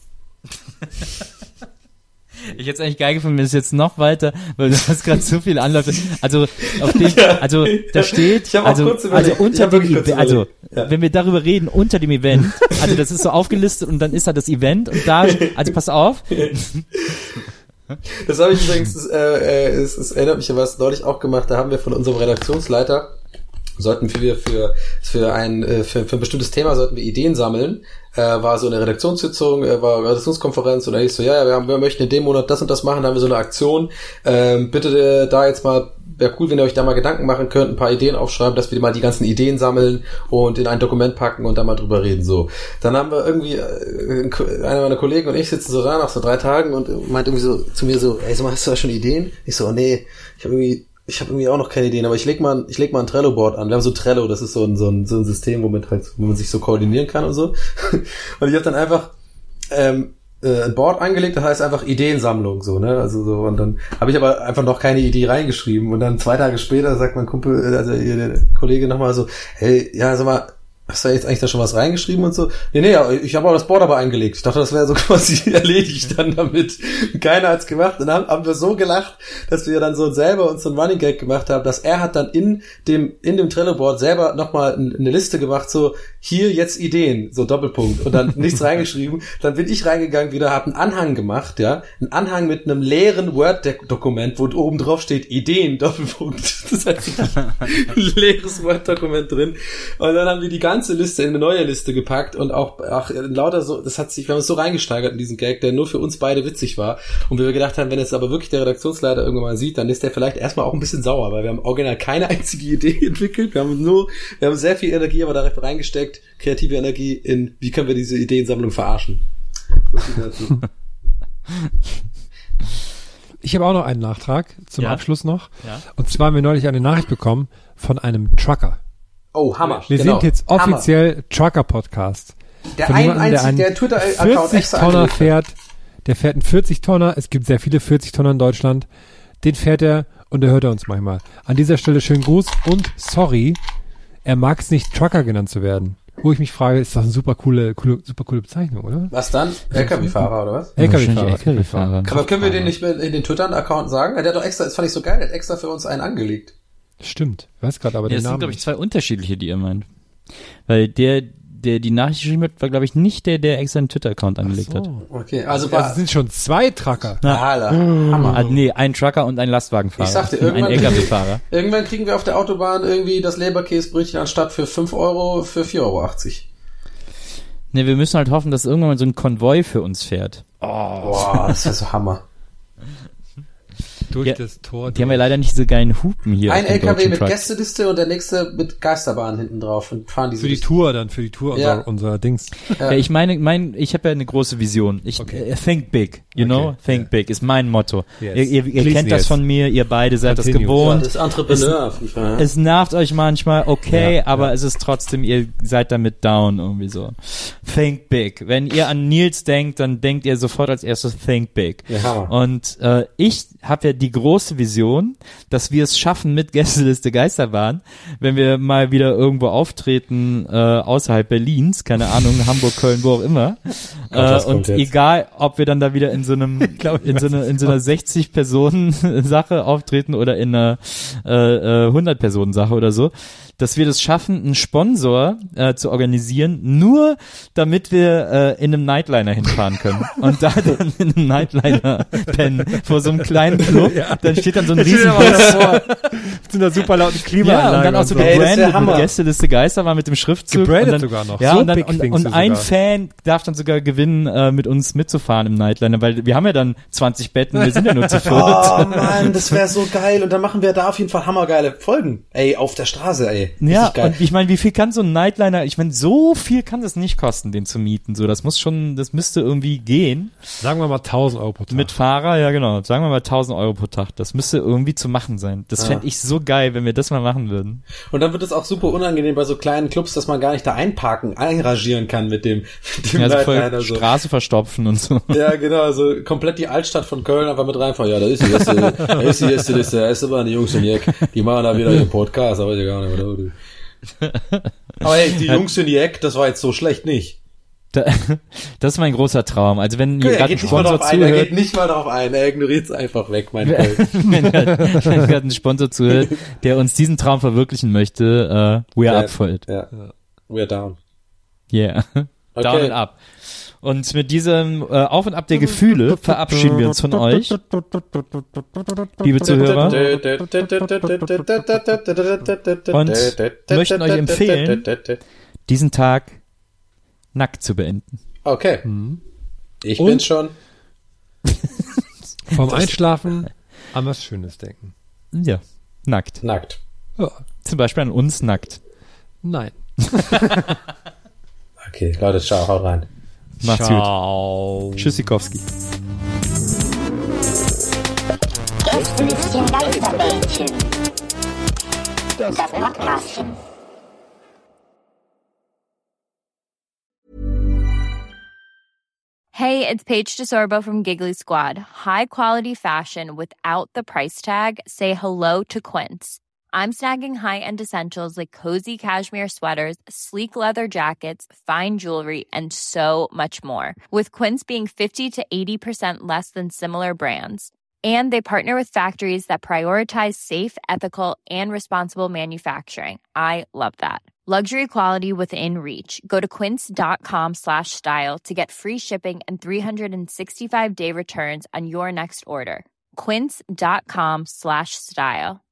Ich hätte es eigentlich geil gefunden, wenn es jetzt noch weiter, weil du hast gerade so viel Anläufe. Also auf dem, also da steht, ich also, kurz also unter dem Event, also ja. wenn wir darüber reden, unter dem Event, also das ist so aufgelistet und dann ist da das Event und da, also pass auf. Das habe ich übrigens, es, äh, es, es erinnert mich an was neulich auch gemacht, da haben wir von unserem Redaktionsleiter, sollten wir für, für ein, für, für ein bestimmtes Thema sollten wir Ideen sammeln, äh, war so eine Redaktionssitzung, äh, war eine Redaktionskonferenz und da ich so, ja, ja, wir haben, wir möchten in dem Monat das und das machen, da haben wir so eine Aktion, ähm, bitte äh, da jetzt mal, wäre cool, wenn ihr euch da mal Gedanken machen könnt, ein paar Ideen aufschreiben, dass wir mal die ganzen Ideen sammeln und in ein Dokument packen und da mal drüber reden, so. Dann haben wir irgendwie, äh, einer meiner Kollegen und ich sitzen so da nach so drei Tagen und meint irgendwie so zu mir so, ey, so, hast du da schon Ideen? Ich so, oh, nee, ich habe irgendwie Ich habe irgendwie auch noch keine Ideen, aber ich leg mal, ich leg mal ein Trello-Board an. Wir haben so Trello, das ist so ein, so ein, so ein System, womit halt, wo man sich so koordinieren kann und so. Und ich habe dann einfach ähm, äh, ein Board angelegt, das heißt einfach Ideensammlung, so, ne? Also so, und dann habe ich aber einfach noch keine Idee reingeschrieben. Und dann zwei Tage später sagt mein Kumpel, also der Kollege nochmal so, hey, ja, sag mal, hast du jetzt eigentlich da schon was reingeschrieben und so? Nee, nee, ich habe auch das Board aber eingelegt. Ich dachte, das wäre so quasi erledigt dann damit. Keiner hat's gemacht. Und dann haben wir so gelacht, dass wir dann so selber uns so ein Running Gag gemacht haben, dass er hat dann in dem in dem Trello-Board selber nochmal eine Liste gemacht, so hier jetzt Ideen, so Doppelpunkt und dann nichts reingeschrieben. Dann bin ich reingegangen wieder, habe einen Anhang gemacht, ja, einen Anhang mit einem leeren Word-Dokument, wo oben drauf steht Ideen, Doppelpunkt. Das heißt, ein leeres Word-Dokument drin. Und dann haben wir die ganze Liste in eine neue Liste gepackt und auch ach, lauter so, das hat sich, wir haben uns so reingesteigert in diesen Gag, der nur für uns beide witzig war und wir gedacht haben, wenn es aber wirklich der Redaktionsleiter irgendwann mal sieht, dann ist der vielleicht erstmal auch ein bisschen sauer, weil wir haben original keine einzige Idee entwickelt, wir haben nur, wir haben sehr viel Energie aber da reingesteckt, kreative Energie in, wie können wir diese Ideensammlung verarschen. Ich habe auch noch einen Nachtrag zum ja. Abschluss noch Ja. und zwar haben wir neulich eine Nachricht bekommen von einem Trucker. Oh, Hammer. Wir genau. sind jetzt offiziell Trucker-Podcast. Der Von ein jemandem, der einzig, einen der Twitter-Account vierzig extra Tonner angelegt hat. fährt, der fährt einen vierzig Tonner, es gibt sehr viele vierzig Tonner in Deutschland, den fährt er und der hört er uns manchmal. An dieser Stelle schönen Gruß und sorry, er mag es nicht, Trucker genannt zu werden. Wo ich mich frage, ist doch eine super coole, coole, super coole Bezeichnung, oder? Was dann? L K W-Fahrer oder was? L K W-Fahrer. L K W-Fahrer. Aber können wir den nicht mehr in den Twitter-Account sagen? Der hat doch extra, das fand ich so geil, der hat extra für uns einen angelegt. Stimmt, ich weiß gerade aber Ja, den das sind, Namen. glaube ich, zwei unterschiedliche, die ihr meint. Weil der, der die Nachricht geschrieben hat, war, glaube ich, nicht der, der extra einen Twitter-Account angelegt hat. Okay, also, Also es sind schon zwei Trucker. Alter, Hammer. Ah, nee, ein Trucker und ein Lastwagenfahrer. Ich sagte, ein irgendwann, L K W-Fahrer. irgendwann kriegen wir auf der Autobahn irgendwie das Leberkäsebrötchen anstatt für fünf Euro für vier Euro achtzig. Nee, wir müssen halt hoffen, dass irgendwann mal so ein Konvoi für uns fährt. Boah, das wäre so Hammer. Durch Ja, das Tor. Die haben ja leider nicht diese geilen Hupen hier. Ein auf den L K W deutschen mit Trucks. Gästeliste und der nächste mit Geisterbahn hinten drauf und fahren diese Für die Liste. Tour dann, für die Tour Ja. unserer, unserer Dings. Ja, ich meine, mein, ich habe ja eine große Vision. Ich Okay. äh, think big. You know, Okay, think yeah. big ist mein Motto. Yes. Ihr, ihr, ihr Please, kennt das yes. von mir, ihr beide seid Continue. das gewohnt. Das ist Entrepreneur. Es, es nervt euch manchmal, okay, Ja, aber ja. es ist trotzdem, ihr seid damit down irgendwie so. Think big. Wenn ihr an Nils denkt, dann denkt ihr sofort als erstes think big. Ja, Hammer. Und äh, ich habe ja die große Vision, dass wir es schaffen mit Gästeliste Geisterbahn, wenn wir mal wieder irgendwo auftreten äh, außerhalb Berlins, keine Ahnung, Hamburg, Köln, wo auch immer. Gott, was äh, kommt und jetzt? egal, ob wir dann da wieder in so einem in so einer in so einer sechzig Personen Sache auftreten oder in einer äh, äh, hundert Personen Sache oder so, dass wir das schaffen, einen Sponsor äh, zu organisieren, nur damit wir äh, in einem Nightliner hinfahren können. Und da dann in einem Nightliner pennen, vor so einem kleinen Club, dann steht dann so ein riesen Bus. Mit so einer super lauten Ja, Klimaanlage. und dann auch so Ey, das wär gebrandet mit Hammer. Gästeliste Geister war mit dem Schriftzug. Gebrandet und dann, sogar noch. Ja, So und, dann, big und, things und ein sogar. Fan darf dann sogar gewinnen, äh, mit uns mitzufahren im Nightliner, weil wir haben ja dann zwanzig Betten, wir sind ja nur zu viert. Oh Mann, das wäre so geil. Und dann machen wir da auf jeden Fall hammergeile Folgen. Ey, auf der Straße, ey. Ja, Richtig geil. und ich meine, wie viel kann so ein Nightliner, ich meine, so viel kann das nicht kosten, den zu mieten, so, das muss schon, das müsste irgendwie gehen. Sagen wir mal tausend Euro pro Tag. Mit Fahrer, ja genau, sagen wir mal tausend Euro pro Tag, das müsste irgendwie zu machen sein. Das fände ich so geil, wenn wir das mal machen würden. Und dann wird es auch super unangenehm bei so kleinen Clubs, dass man gar nicht da einparken, einrangieren kann mit dem, mit dem Ja, also voll Nightliner, so. Straße verstopfen und so. Ja, genau, also komplett die Altstadt von Köln einfach mit reinfahren. Ja, da ist die erste, da ist die erste, das ist der erste Bahn, die Jungs und Jack, die machen da wieder ihren Podcast, aber weiß ich gar nicht, oder? Aber hey, die Jungs in die Eck, das war jetzt so schlecht nicht. Da, das ist mein großer Traum. Also wenn Er ihr gerade geht ein nicht mal Sponsor drauf ein, er zuhört, geht nicht mal drauf ein, er ignoriert's einfach weg, mein Köln. wenn gerade ein Sponsor zuhört, der uns diesen Traum verwirklichen möchte, uh, we are Ja. up for it. Ja, we're down. Yeah. Okay. Down and up. Und mit diesem äh, Auf und Ab der Gefühle verabschieden wir uns von euch, liebe Zuhörer, und möchten euch empfehlen, diesen Tag nackt zu beenden. Okay. Ich Und? bin's schon. Vom Einschlafen an was Schönes denken. Ja, nackt. Nackt. Ja. Zum Beispiel an uns nackt. Nein. Okay, Leute, ciao, haut rein. Macht's Ciao. gut. Tschüssikowski. Gästelistchen Geisterbällchen. Das Podcastchen. Hey, it's Paige DeSorbo from Giggly Squad. High quality fashion without the price tag. Say hello to Quince. I'm snagging high-end essentials like cozy cashmere sweaters, sleek leather jackets, fine jewelry, and so much more. With Quince being fifty to eighty percent less than similar brands. And they partner with factories that prioritize safe, ethical, and responsible manufacturing. I love that. Luxury quality within reach. Go to quince.com slash style to get free shipping and three sixty-five day returns on your next order. Quince.com slash style.